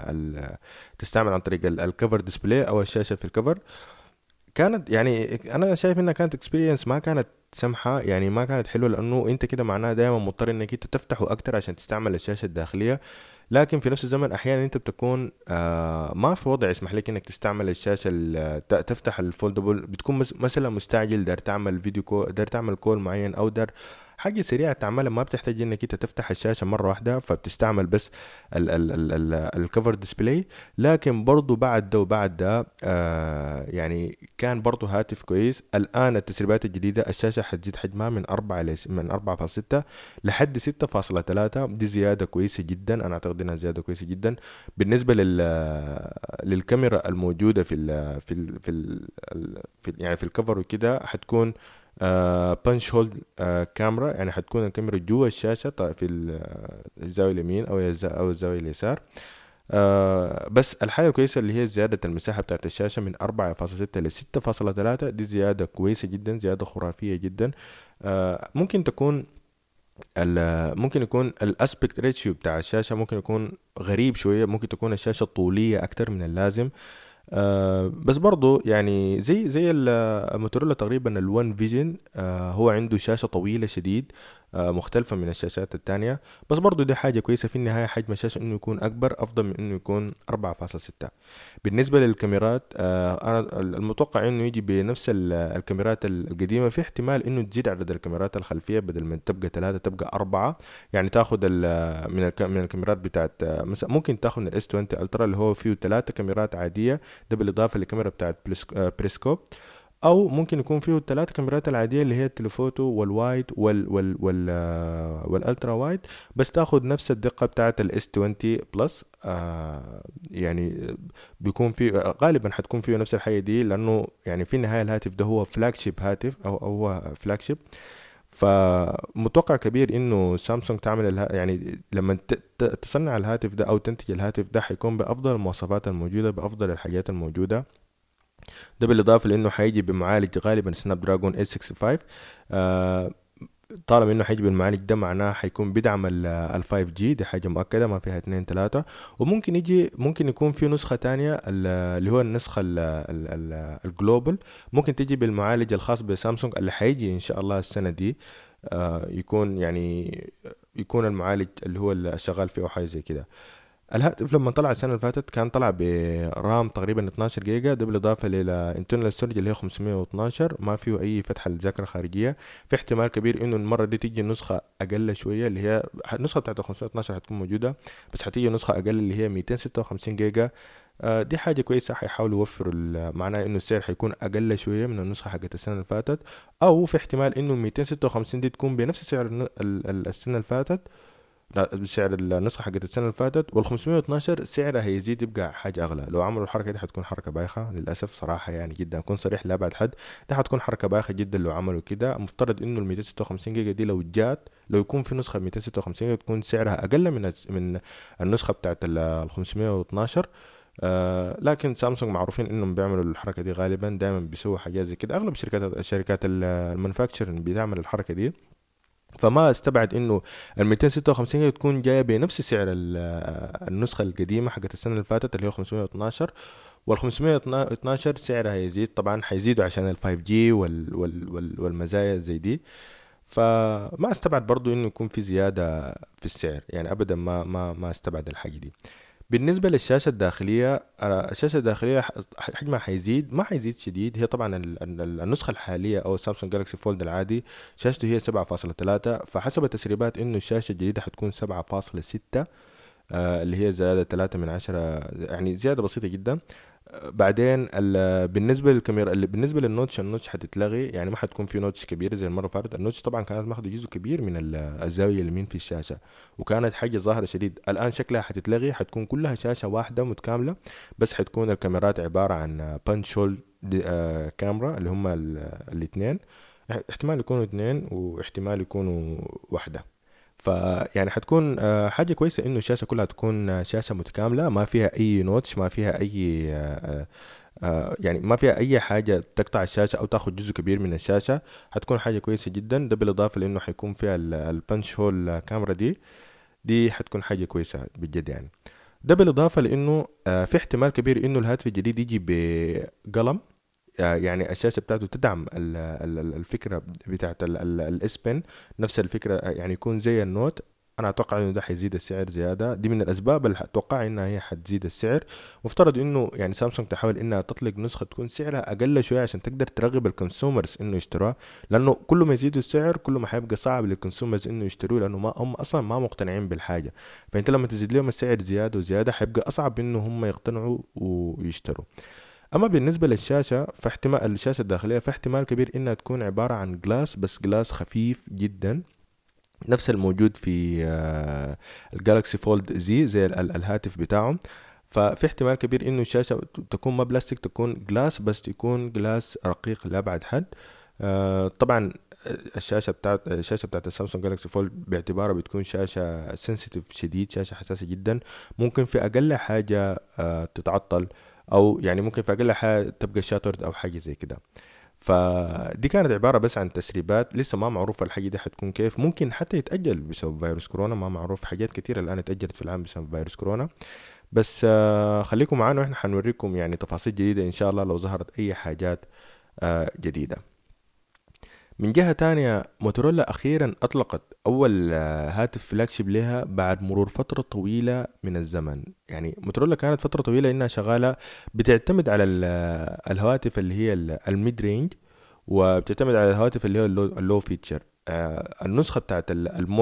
تستعمل عن طريق الكفر ديسبلاي او الشاشه في الكفر، كانت يعني انا شايف انها كانت اكسبيرينس ما كانت سمحة، يعني ما كانت حلوة، لانه انت كده معناها دائما مضطر انك انت تفتحه اكتر عشان تستعمل الشاشة الداخلية. لكن في نفس الزمن احيانا انت بتكون ما في وضع يسمح لك انك تستعمل الشاشة تفتح الفولدبل، بتكون مثلا مستعجل دار تعمل فيديو كول، دار تعمل كول معين، او دار حاجة سريعة تعملها، ما بتحتاج انك انت تفتح الشاشة مرة واحدة، فبتستعمل بس الكفر ديسبلاي. لكن برضو بعد ده وبعد ده يعني كان برضو هاتف كويس. الآن التسريبات الجديدة الشاشة حتزيد حجمها من 4.6 لحد 6.3. دي زيادة كويسة جدا، أنا أعتقد إنها زيادة كويسة جدا. بالنسبة للكاميرا الموجودة يعني في الكفر وكده، حتكون بانش هول كاميرا، يعني حتكون الكاميرا جوا الشاشة في الزاوية اليمين أو الزاوية اليسار. بس الحاجة الكويسة اللي هي زيادة المساحة بتاعت الشاشة من 4.6 ل 6.3. دي زيادة كويسة جدا، زيادة خرافية جدا. ممكن تكون ممكن يكون الاسبكت ريشيو بتاع الشاشة ممكن يكون غريب شوية، ممكن تكون الشاشة طولية أكتر من اللازم. بس برضو يعني زي الموتورولا تقريبا الوان فيجن، هو عنده شاشة طويلة شديد، مختلفة من الشاشات التانية. بس برضو دي حاجة كويسة في النهاية، حجم الشاشة انه يكون اكبر افضل من انه يكون 4.6. بالنسبة للكاميرات، انا المتوقع انه يجي بنفس الكاميرات القديمة. في احتمال انه تزيد عدد الكاميرات الخلفية، بدل من تبقى 3 تبقى 4. يعني تاخد من الكاميرات بتاعت مثلا ممكن تاخد من الاس 20 الترا اللي هو فيه 3 كاميرات عادية، ده بالإضافة للكاميرا بتاعت بريسكوب. أو ممكن يكون فيه 3 كاميرات العادية اللي هي التليفوتو والوايد والألترا وايد، بس تاخد نفس الدقة بتاعت الاس 20 بلس. يعني بيكون فيه غالبا حتكون فيه نفس الحاجة دي، لأنه يعني في النهاية الهاتف ده هو فلاج شيب هاتف، أو هو فلاج شيب. فمتوقع كبير انه سامسونج تعمل يعني لما تصنع الهاتف ده او تنتج الهاتف ده، حيكون بافضل المواصفات الموجوده، بافضل الحاجات الموجوده. ده بالاضافه لانه حيجي بمعالج غالبا سناب دراجون 865. طالما انه حيجي بالمعالج ده معناه حيكون بيدعم ال 5G، دي حاجة مؤكدة ما فيها اتنين تلاتة. وممكن ممكن يكون في نسخة تانية اللي هو النسخة الجلوبال، ممكن تيجي بالمعالج الخاص بسامسونج اللي حيجي ان شاء الله السنة دي. يكون يعني يكون المعالج اللي هو اللي شغال فيه او حاجة زي كده. الهاتف لما طلع السنة اللي فاتت كان طلع برام تقريبا 12 جيجا، ده بالإضافة للانترنال ستورج اللي هي 512، ما فيه أي فتحة للذاكرة خارجية. في احتمال كبير إنه المرة دي تيجي نسخة أقل شوية، اللي هي النسخة بتاعت 512 هتكون موجودة، بس هتيجي نسخة أقل اللي هي 256 جيجا. دي حاجة كويسة، حيحاولوا يوفروا معناه إنه السعر حيكون أقل شوية من النسخة حقت السنة اللي فاتت. أو في احتمال إنه 256 دي تكون بنفس سعر السنة اللي فاتت، لا بسعر النسخة حقت السنة اللي فاتت. وال 512 سعرها هيزيد يبقى حاجة أغلى. لو عملوا الحركة دي حتكون حركة بايخة للأسف صراحة، يعني جدا أكون صريح لأبعد حد. دي حتكون حركة بايخة جدا لو عملوا كده. مفترض إنه ال 256 جيجا دي لو جات، لو يكون في نسخة 256 جيجا تكون سعرها أقل من النسخة بتاعت ال 512. لكن سامسونج معروفين انهم بيعملوا الحركه دي، غالبا دايما بيسووا حاجات زي كده. اغلب شركات المانيفاكتشرنج بتعمل الحركه دي. فما استبعد انه ال 256 هي تكون جايه بنفس سعر النسخه القديمه حقت السنه اللي فاتت اللي هو 512. وال 512 سعرها هيزيد طبعا، حيزيدوا عشان ال 5G والمزايا زي دي. فما استبعد برضو انه يكون في زياده في السعر، يعني ابدا ما استبعد الحاجه دي. بالنسبة للشاشة الداخلية، الشاشة الداخلية حجمها حيزيد، ما حيزيد شديد. هي طبعا النسخة الحالية أو السامسونج جالكسي فولد العادي شاشته هي 7.3، فحسب التسريبات إنه الشاشة الجديدة حتكون 7.6، اللي هي زيادة 3/10، يعني زيادة بسيطة جدا. بعدين بالنسبه للكاميرا، اللي بالنسبه للنوتش، النوتش حتتلغي، يعني ما حتكون في نوتش كبير زي المره اللي فاتت. النوتش طبعا كانت ماخذه جزء كبير من الزاويه اليمين في الشاشه، وكانت حاجه ظاهره شديد. الان شكلها حتتلغي، حتكون كلها شاشه واحده متكامله، بس حتكون الكاميرات عباره عن بانش هول كاميرا اللي هم الاثنين. احتمال يكونوا اثنين واحتمال يكونوا واحده. فيعني حتكون حاجة كويسة انه الشاشة كلها تكون شاشة متكاملة، ما فيها اي نوتش، ما فيها اي يعني ما فيها اي حاجة تقطع الشاشة او تاخد جزء كبير من الشاشة. حتكون حاجة كويسة جدا. ده بالاضافة لانه حيكون فيها البنش هول كاميرا دي حتكون حاجة كويسة بجد يعني. ده بالاضافة لانه في احتمال كبير انه الهاتف الجديد يجي بقلم، يعني الشاشة بتاعته تدعم الفكرة بتاعت الاس بن، نفس الفكرة، يعني يكون زي النوت. انا اتوقع انه ده حيزيد السعر زياده. دي من الاسباب اللي اتوقع انها هي حتزيد السعر. مفترض انه يعني سامسونج تحاول انها تطلق نسخه تكون سعرها اقل شويه عشان تقدر ترغب الكونسومرز انه يشتروها، لانه كل ما يزيدوا السعر كل ما حيبقى صعب للكونسومرز انه يشتروه، لانه ما هم اصلا ما مقتنعين بالحاجه. فانت لما تزيد لهم السعر زياده وزياده حيبقى اصعب انه هم يقتنعوا ويشتروا. اما بالنسبه للشاشه، فاحتمال الشاشه الداخليه فاحتمال كبير انها تكون عباره عن جلاس، بس جلاس خفيف جدا، نفس الموجود في الجالكسي فولد زي الهاتف بتاعهم. ففي احتمال كبير انه الشاشه تكون ما بلاستيك، تكون جلاس، بس تكون جلاس رقيق لابعد حد. طبعا الشاشه بتاعت السامسونج جالكسي فولد باعتبارها بتكون شاشه سنسيتيف شديد، شاشه حساسه جدا، ممكن في اقل حاجه تتعطل، او يعني ممكن في اقل حاجه تبقى شاترد او حاجه زي كده. فدي كانت عبارة بس عن تسريبات، لسه ما معروف الحاجة دي حتكون كيف، ممكن حتى يتأجل بسبب فيروس كورونا، ما معروف، حاجات كتيرة الآن اتأجلت في العالم بسبب فيروس كورونا. بس خليكم معانا واحنا حنوريكم يعني تفاصيل جديدة إن شاء الله لو ظهرت أي حاجات جديدة. من جهة تانية، موتورولا أخيرا أطلقت أول هاتف فلاجشيب لها بعد مرور فترة طويلة من الزمن. يعني موتورولا كانت فترة طويلة إنها شغالة بتعتمد على الهواتف اللي هي الميد رينج، وبتعتمد على الهواتف اللي هي اللو فيتشر. النسخة بتاعت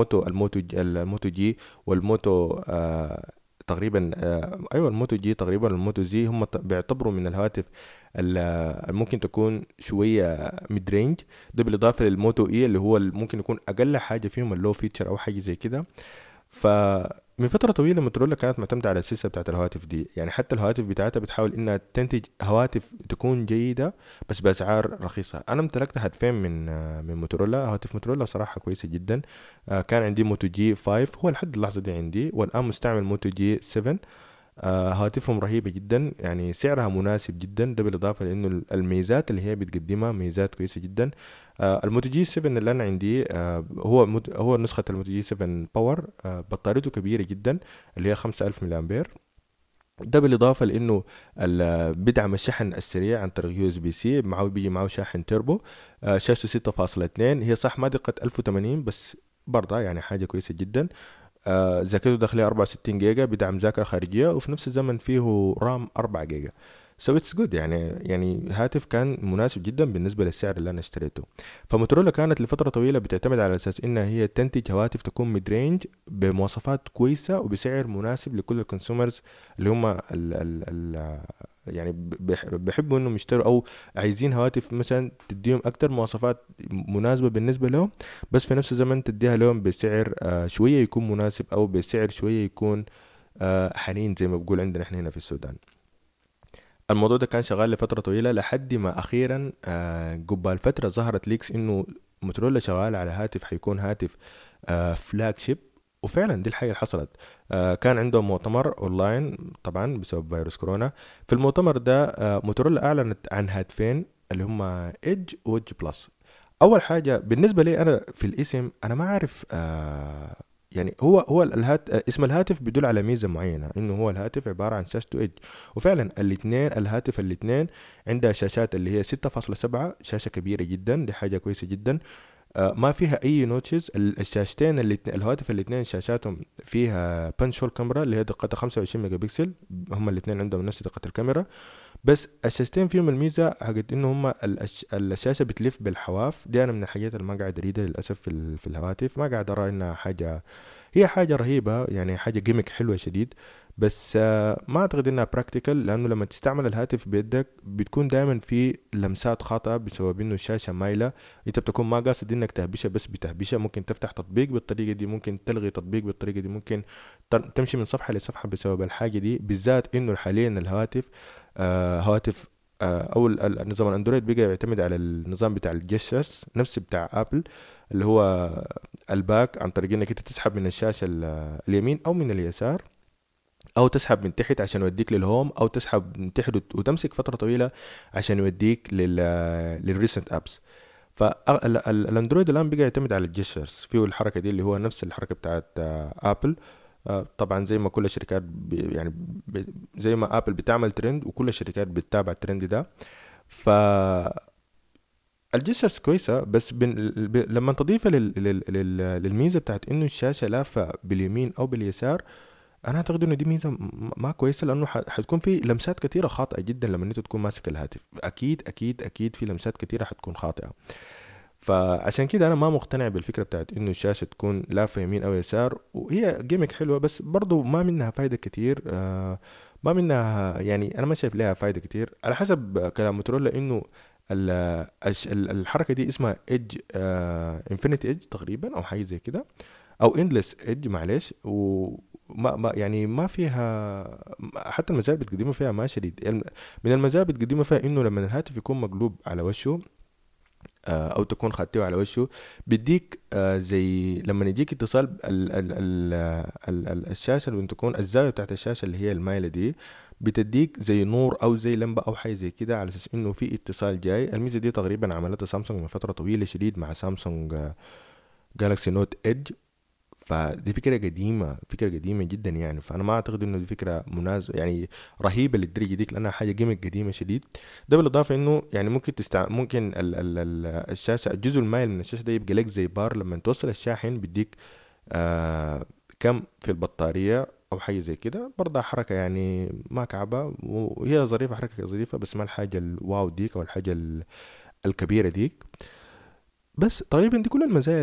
الموتو جي والموتو تقريبا ايوه الموتو جي تقريبا الموتو زي هم بيعتبروا من الهواتف ممكن تكون شويه ميد رينج. ده بالاضافه للموتو اي اللي هو ممكن يكون اقل حاجه فيهم اللو فيتشر او حاجه زي كده. فمن فترة طويلة موتورولا كانت معتمدة على السلسلة بتاعت الهواتف دي، يعني حتى الهواتف بتاعتها بتحاول انها تنتج هواتف تكون جيدة بس بأسعار رخيصة. انا امتلكت هاتفين من موتورولا، هواتف موتورولا صراحة كويسة جدا. كان عندي موتو جي 5 هو لحد اللحظة دي عندي، والآن مستعمل موتو جي 7. هواتفهم رهيبة جدا، يعني سعرها مناسب جدا، ده بالإضافة لأنه الميزات اللي هي بتقدمها ميزات كويسة جدا. الموتو جي 7 اللي أنا عندي هو نسخة الموتو جي 7 باور. بطاريته كبيرة جدا اللي هي 5000 ملي أمبير. ده بالإضافة لأنه بدعم الشحن السريع عن طريق يو اس بي سي، بيجي معه شاحن تيربو. شاشته 6.2، هي صح ما دقة 1080 بس برضه يعني حاجة كويسة جدا. ذاكرته الداخلية 64 جيجا بدعم ذاكرة خارجية، وفي نفس الزمن فيه رام 4 جيجا. سو اتس جود، يعني هاتف كان مناسب جدا بالنسبة للسعر اللي انا اشتريته. فموتورولا كانت لفترة طويلة بتعتمد على اساس انها هي تنتج هواتف تكون ميد رينج بمواصفات كويسة وبسعر مناسب لكل الكونسومرز اللي هم ال يعني بيحبوا انهم يشتروا او عايزين هواتف مثلا تديهم اكتر مواصفات مناسبة بالنسبة لهم، بس في نفس الزمن تديها لهم بسعر شوية يكون مناسب، او بسعر شوية يكون حنين زي ما بقول عندنا احنا هنا في السودان. الموضوع ده كان شغال لفترة طويلة لحد ما أخيرا قبل فترة ظهرت ليكس إنه موتورولا شغال على هاتف حيكون هاتف فلاج شيب. وفعلا دي الحاجة اللي حصلت. كان عندهم مؤتمر أونلاين طبعا بسبب فيروس كورونا. في المؤتمر ده موتورولا أعلنت عن هاتفين اللي هما إيدج وإيدج بلس. أول حاجة بالنسبة لي أنا في الاسم أنا ما أعرف يعني هو اسم الهاتف بيدل على ميزة معينة، انه هو الهاتف عبارة عن شاشته ايدج. وفعلا الهاتف الاثنين عندها شاشات اللي هي 6.7، شاشة كبيرة جدا، دي حاجة كويسة جدا. ما فيها اي نوتشز. الشاشتين الهواتف الاثنين شاشاتهم فيها بانش هول كاميرا اللي هي دقتها 25 ميجا بكسل، هم الاثنين عندهم نفس دقة الكاميرا. بس الشاشتين فيهم الميزة حقت انه هم الشاشة بتلف بالحواف. دي انا من الحاجات اللي ما قاعد اريدها للاسف في الهواتف، ما قاعد ارى انها حاجة، هي حاجة رهيبة يعني حاجة جيمك حلوة شديد، بس ما اعتقد انها براكتيكال، لانه لما تستعمل الهاتف بيدك بتكون دائما في لمسات خاطئة بسبب انه الشاشة مايلة. انت بتكون ما قاصد انك تهبشها بس بتهبشها، ممكن تفتح تطبيق بالطريقة دي، ممكن تلغي تطبيق بالطريقة دي، ممكن تمشي من صفحة لصفحة بسبب الحاجة دي. بالذات انه حاليا الهواتف هواتف او النظام الاندرويد بقى يعتمد على النظام بتاع الجيسترز نفس بتاع ابل، اللي هو الباك، عن طريق انك انت تسحب من الشاشة اليمين او من اليسار، او تسحب من تحت عشان يوديك للهوم، او تسحب من تحت وتمسك فترة طويلة عشان يوديك للريسنت ابس. فالاندرويد الان بقى يعتمد على الجيسترز، فيه الحركة دي اللي هو نفس الحركة بتاعت ابل. طبعا زي ما كل الشركات زي ما ابل بتعمل ترند وكل الشركات بتتابع الترند ده. ف الجيسترز كويسة، بس لما تضيفها للميزة بتاعت انه الشاشة لافة باليمين او باليسار، انا اعتقد انه دي ميزة ما كويسة، لانه حتكون في لمسات كثيرة خاطئة جدا لما انت تكون ماسك الهاتف. اكيد اكيد اكيد في لمسات كثيرة حتكون خاطئة. فعشان كده انا ما مقتنع بالفكرة بتاعت انه الشاشة تكون لافة يمين او يسار. وهي جيمك حلوة بس برضو ما منها فايدة كتير. ما منها، يعني انا ما شايف لها فايدة كتير على حسب كلام موتورولا، انه الحركة دي اسمها ايدج، انفينيتي ايدج تقريبا، او حاجة زي كده، او اندلس ايدج، معلش. ما يعني ما فيها حتى المزايا اللي بتقدمها فيها ما شديد. يعني من المزايا اللي بتقدمها فيها انه لما الهاتف يكون مقلوب على وشه، او تكون خدته على وشه، بيديك زي لما يجيك اتصال الشاشه، اللي تكون الزاويه بتاعت الشاشه اللي هي المايله دي، بتديك زي نور او زي لمبه او حاجه زي كده، على اساس انه في اتصال جاي. الميزه دي تقريبا عملتها سامسونج من فتره طويله شديد مع سامسونج جالاكسي نوت ايدج. فدي فكرة قديمة، فكرة قديمة جدا يعني. فأنا ما أعتقد إنه دي فكرة مناسبة يعني رهيبة للدرجة ديك، لأنها حاجة جيمك قديمة شديد. ده بالإضافة إنه يعني ممكن الشاشة، الجزء المايل من الشاشة ده يبقى لك زي بار، لما توصل الشاحن بيديك آه كم في البطارية أو حاجة زي كده. برضه حركة يعني ما كعبة، وهي ظريفة، حركة ظريفة، بس ما الحاجة الواو ديك أو الحاجة الكبيرة ديك. بس تقريبا دي كل المزايا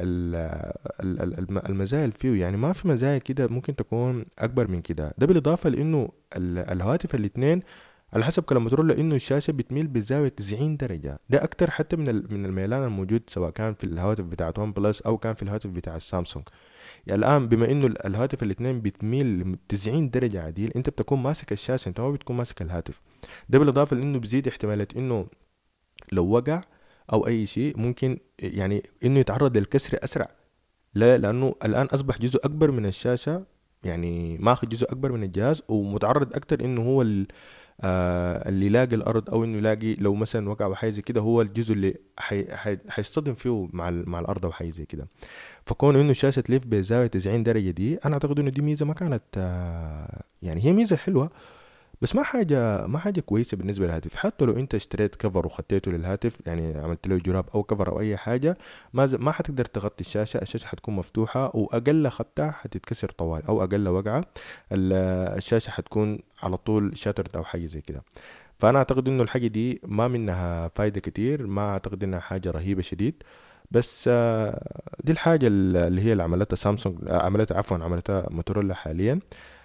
المزايا اللي فيه، يعني ما في مزايا كده ممكن تكون اكبر من كده. ده بالاضافه لانه الهواتف الاثنين على حسب كلام موتورولا انه الشاشه بتميل بزاويه 90 درجه. ده اكتر حتى من الميلان الموجود، سواء كان في الهواتف بتاعت ون بلس او كان في الهواتف بتاع السامسونج. يعني الان بما انه الهواتف الاثنين بتميل 90 درجه عديل، انت بتكون ماسك الشاشه، انت ما بتكون ماسك الهاتف. ده بالاضافه لانه بزيد احتماليه انه لو وقع او اي شيء ممكن يعني انه يتعرض للكسر اسرع. لا، لانه الان اصبح جزء اكبر من الشاشه، يعني ماخذ جزء اكبر من الجهاز، ومتعرض اكتر انه هو اللي يلاقي الارض، او انه يلاقي لو مثلا وقع بحاجه زي كده، هو الجزء اللي حيصطدم فيه مع الارض او حاجه زي كده. فكون انه الشاشه تلف بزاويه 90 درجه دي، انا اعتقد انه دي ميزه ما كانت يعني هي ميزه حلوه، بس ما حاجة كويسة بالنسبة للهاتف. حتى لو انت اشتريت كفر وخطيته للهاتف، يعني عملت له جراب او كفر او اي حاجة، ما حتقدر تغطي الشاشة حتكون مفتوحة، واقل خبطة حتتكسر طوال، او اقل وقعة الشاشة حتكون على طول شاترد او حاجة زي كده. فانا اعتقد انه الحاجة دي ما منها فايدة كتير، ما اعتقد انها حاجة رهيبة شديد. بس دي الحاجة اللي عملتها سامسونج، عملتها موتورولا حاليا.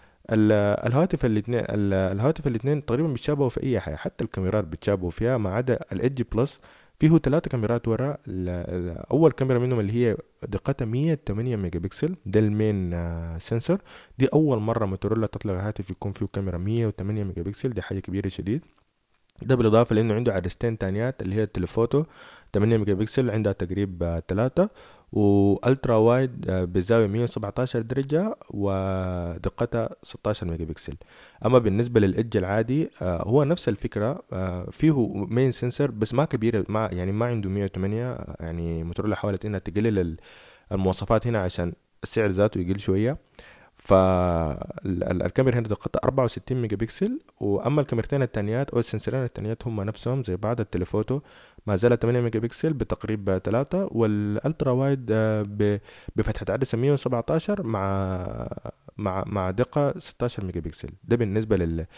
الهواتف الاثنين تقريبا بيتشابهوا في اي حاجه، حتى الكاميرات بيتشابهوا فيها، ما عدا الايدج بلس فيه 3 كاميرات ورا. اول كاميرا منهم اللي هي دقتها 108 ميجا بكسل، ده المين سنسور. دي اول مره موتورولا تطلع هاتف يكون فيه كاميرا 108 ميجا بكسل، دي حاجه كبيره شديد. ده بالاضافه لانه عنده عدستين تانيات اللي هي التليفوتو 8 ميجا بكسل، عندها تقريب 3، والترا وايد بزاوية 117 درجة ودقتها 16 ميجا بكسل. اما بالنسبة للإدج العادي هو نفس الفكرة، فيه مين سنسور بس ما كبير، ما عنده 108. يعني موتورولا حاولت انها تقلل المواصفات هنا عشان السعر ذاته يقل شوية. فالكاميرا هنا دقتها 64 ميجا بكسل، واما الكاميرتين التانيات او السنسورين التانيات هم نفسهم زي بعض. التليفوتو ما زالت 8 ميجا بكسل بتقريب 3، والالترا وايد بفتحة عدسة 117 مع دقة 16 ميجا بكسل. ده بالنسبة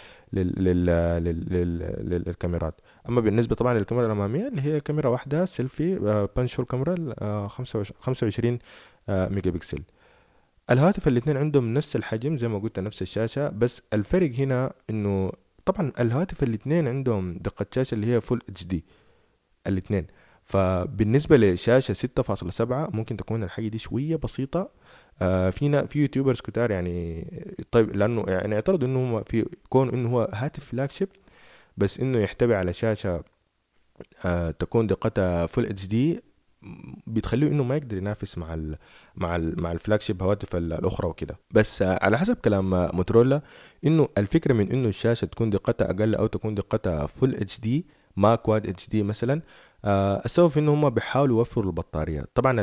للكاميرات. اما بالنسبة طبعا للكاميرا الامامية اللي هي كاميرا واحدة سيلفي بانش هول كاميرا 25 ميجا بكسل. الهواتف الاثنين عندهم نفس الحجم زي ما قلت، نفس الشاشة، بس الفرق هنا انه طبعا الهواتف الاثنين عندهم دقة شاشة اللي هي فول اتش دي الاثنين. فبالنسبة لشاشة 6.7 ممكن تكون الحاجة دي شوية بسيطة. في يوتيوبرز كتار يعني، طيب لانه يعني اعترضوا انه هو في كون انه هو هاتف فلاج شيب، بس انه يحتوي على شاشة تكون دقتها فول اتش دي، بتخليه انه ما يقدر ينافس مع الفلاج شيب هواتف الاخرى وكده. بس على حسب كلام موتورولا، انه الفكره من انه الشاشه تكون دقتها اقل او تكون دقتها فول اتش دي ما كواد اتش دي مثلا، السبب في انه هم بيحاولوا يوفروا البطارية. طبعا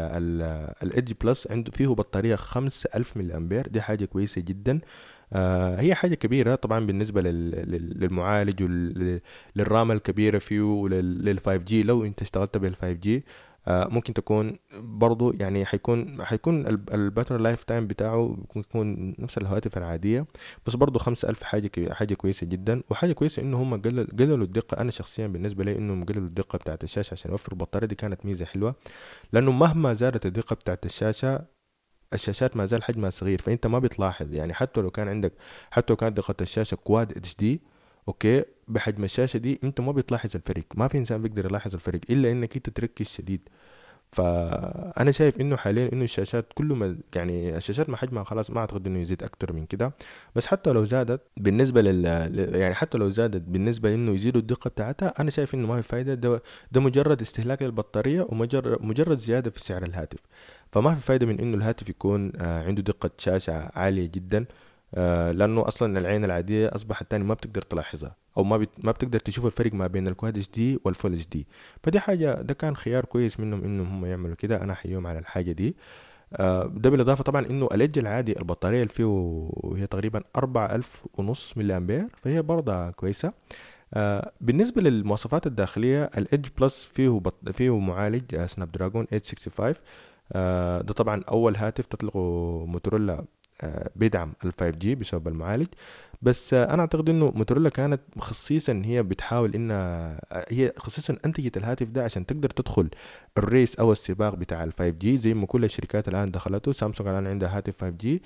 الإدج بلس عنده فيه بطارية 5000 ملي أمبير، دي حاجة كويسة جدا. هي حاجة كبيرة طبعا بالنسبة للمعالج وللرامة الكبيرة فيه ولل 5G. لو انت اشتغلت بال 5G ممكن تكون برضو يعني حيكون الباتر لايف تايم بتاعه يكون نفس الهواتف العادية. بس برضو 5000 حاجة كويسة جدا. وحاجة كويسة انه هم قللوا الدقة. انا شخصيا بالنسبة لي انهم قللوا الدقة بتاعت الشاشة عشان يوفروا البطارية، دي كانت ميزة حلوة. لانه مهما زادت الدقة بتاعت الشاشات ما زال حجمها صغير، فانت ما بتلاحظ يعني. حتى لو كانت دقة الشاشة كواد اتش دي اوكي، بحجم الشاشة دي انت ما بتلاحظ الفرق. ما في انسان بيقدر يلاحظ الفرق الا انك انت تركز شديد. فانا شايف انه حاليا انه الشاشات كل ما يعني الشاشات ما حجمها خلاص، ما اعتقد انه يزيد اكتر من كده. بس حتى لو زادت بالنسبه يعني حتى لو زادت بالنسبه انه يزيدوا الدقه بتاعتها، انا شايف انه ما في فايده. ده مجرد استهلاك للبطاريه ومجرد زياده في سعر الهاتف. فما في فايده من انه الهاتف يكون عنده دقه شاشه عاليه جدا، لانه اصلا العين العاديه اصبحت تاني ما بتقدر تلاحظها، او ما بتقدر تشوف الفرق ما بين الكواد اتش دي والفول اتش دي. فدي حاجه، ده كان خيار كويس منهم انهم هم يعملوا كده. انا احييهم على الحاجه دي. ده بالاضافه طبعا انه الإدج العادي البطاريه اللي فيه هي تقريبا 4500 ملي امبير، فهي برضه كويسه. بالنسبه للمواصفات الداخليه، الإدج بلس فيه معالج سناب دراجون 865. ده طبعا اول هاتف تطلقه موتورولا بيدعم ال 5G بسبب المعالج. بس انا اعتقد انه موتورولا كانت خصيصا هي بتحاول انها هي خصيصا انتجت الهاتف ده عشان تقدر تدخل الريس او السباق بتاع ال 5G زي ما كل الشركات الان دخلته. سامسونج الان عندها هاتف 5G،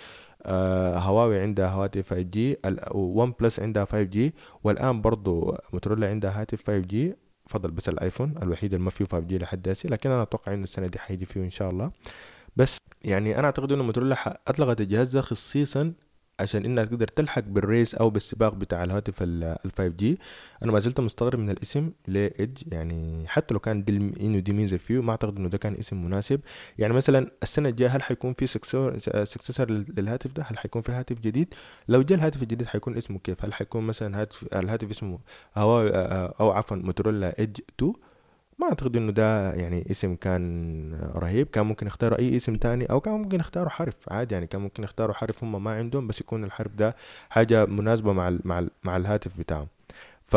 هواوي عندها هواتف 5G، وون بلس عندها 5G، والان برضو موتورولا عندها هاتف 5G. فضل بس الايفون الوحيد اللي ما فيه 5G لحد هسه، لكن انا اتوقع انه السنه دي حيجي فيه ان شاء الله. بس يعني انا اعتقد انه موتوريلا اطلقت الجهاز ده خصيصا عشان انها تقدر تلحق بالريس او بالسباق بتاع الهاتف ال 5G. انا ما زلت مستغرب من الاسم ليه ايدج، يعني حتى لو كان انه دي ميزه فيه، ما اعتقد انه ده كان اسم مناسب. يعني مثلا السنه الجايه هل حيكون في سكسسور للهاتف ده؟ هل حيكون في هاتف جديد؟ لو جاء الهاتف الجديد حيكون اسمه كيف؟ هل حيكون مثلا الهاتف اسمه هواوي او عفوا موتورولا ايدج 2؟ ما اعتقد انه ده يعني اسم كان رهيب. كان ممكن يختاروا اي اسم تاني، او كان ممكن يختاروا حرف عادي. يعني كان ممكن يختاروا حرف هم ما عندهم، بس يكون الحرف ده حاجة مناسبة مع الهاتف بتاعهم. ف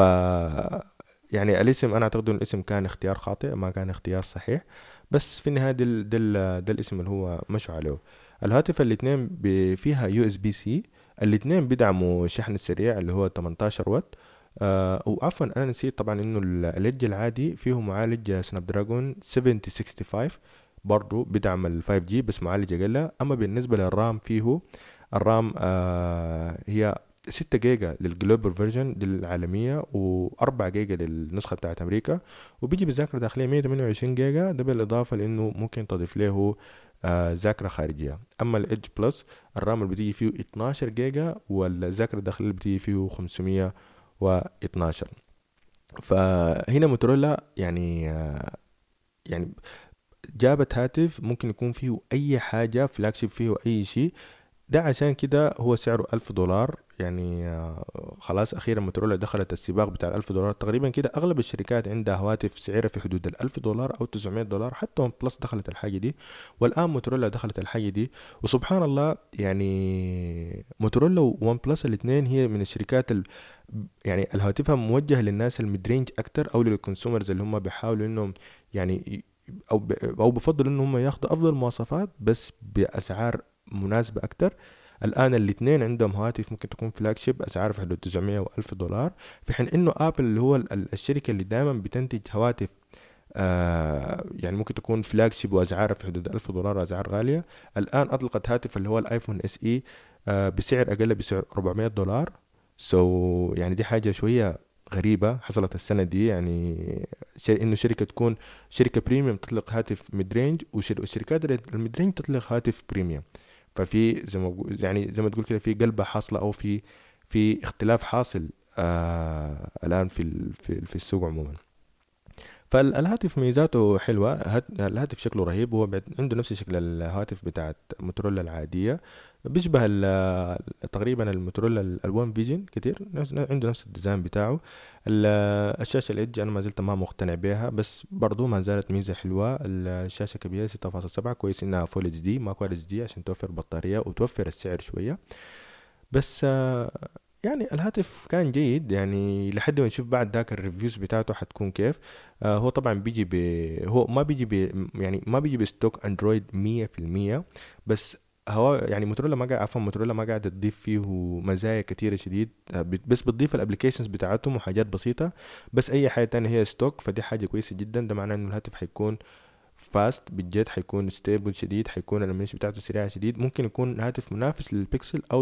يعني الاسم انا اعتقد ان الاسم كان اختيار خاطئ، ما كان اختيار صحيح. بس في النهاية ده الاسم اللي هو مشوا عليه. الهاتف الاثنين فيها يو اس بي سي. الاثنين بيدعموا الشحن السريع اللي هو 18 واط. وعفوا انا نسيت طبعا انه الإدج العادي فيه معالج سناب دراجون 765، برضو بدعم ال 5G بس معالج اقل. اما بالنسبة للرام فيه الرام هي 6 جيجا للجلوبال فيرجن دي العالمية، و4 جيجا للنسخة بتاعت أمريكا. وبيجي بذاكرة داخلية 128 جيجا، ده بالإضافة لأنه ممكن تضيف له ذاكرة خارجية. أما الإدج بلس الرام اللي بتيجي فيه 12 جيجا، والذاكرة الداخلية اللي بتيجي فيه 512. فهنا موتورولا يعني جابت هاتف ممكن يكون فيه أي حاجة فلاج شيب، فيه أي شيء. ده عشان كده هو سعره $1000 يعني. خلاص أخيرا موتورولا دخلت السباق بتاع $1000 تقريبا كده. أغلب الشركات عندها هواتف سعرها في حدود $1000 أو $900. حتى ون بلس دخلت الحاجة دي، والآن موتورولا دخلت الحاجة دي. وسبحان الله يعني موتورولا وون بلس الاثنين هي من الشركات يعني الهواتفها موجهة للناس الميدرينج أكتر، أو للكونسومرز اللي هم بيحاولوا إنهم يعني أو بفضل إنهم ياخدوا أفضل مواصفات بس بأسعار مناسبة أكتر. الآن الاثنين عندهم هواتف ممكن تكون فلاج شيب أسعار في حدود 900 و$1000، في حين إنه آبل اللي هو الشركة اللي دائما بتنتج هواتف يعني ممكن تكون فلاج شيب وأسعارها في حدود $1000 أسعار غالية، الآن أطلقت هاتف اللي هو الآيفون اس اي بسعر أقل، بسعر $400. يعني دي حاجة شوية غريبة حصلت السنة دي. يعني إنه شركة تكون شركة بريميوم تطلق هاتف ميد-رينج، والشركات الميد-رينج تطلق هاتف بريميوم. ففي يعني زي ما تقول كده في قلبة حاصلة، أو في اختلاف حاصل الآن في السوق عموما. فالهاتف ميزاته حلوة. الهاتف شكله رهيب، هو عنده نفس شكل الهواتف بتاعت موتورولا العادية، بيشبه تقريبا الموتورولا الوان فيجن كتير، عنده نفس الديزاين بتاعه. ال- الشاشة الإدج أنا ما زلت ما مقتنع بيها، بس برضو ما زالت ميزة حلوة. الشاشة كبيرة 6.7، كويس إنها فول اتش دي ما كوال اتش دي عشان توفر بطارية وتوفر السعر شوية. بس يعني الهاتف كان جيد يعني لحد ما نشوف بعد ذاك الريفيوز بتاعته حتكون كيف. هو طبعا بيجي هو ما بيجي يعني ما بيجي بستوك اندرويد 100%. بس هو يعني موتورولا ما قاعد عفوا موتورولا ما قاعد تضيف فيه مزايا كتيرة شديد، بس بتضيف الابليكيشنز بتاعتهم وحاجات بسيطة. بس اي حاجة تانية هي ستوك، فدي حاجة كويسة جدا. ده معناه انه الهاتف حيكون فاست بالجد، حيكون ستيبل شديد، حيكون الانيميشن بتاعته سريعة شديد. ممكن يكون هاتف منافس للبيكسل او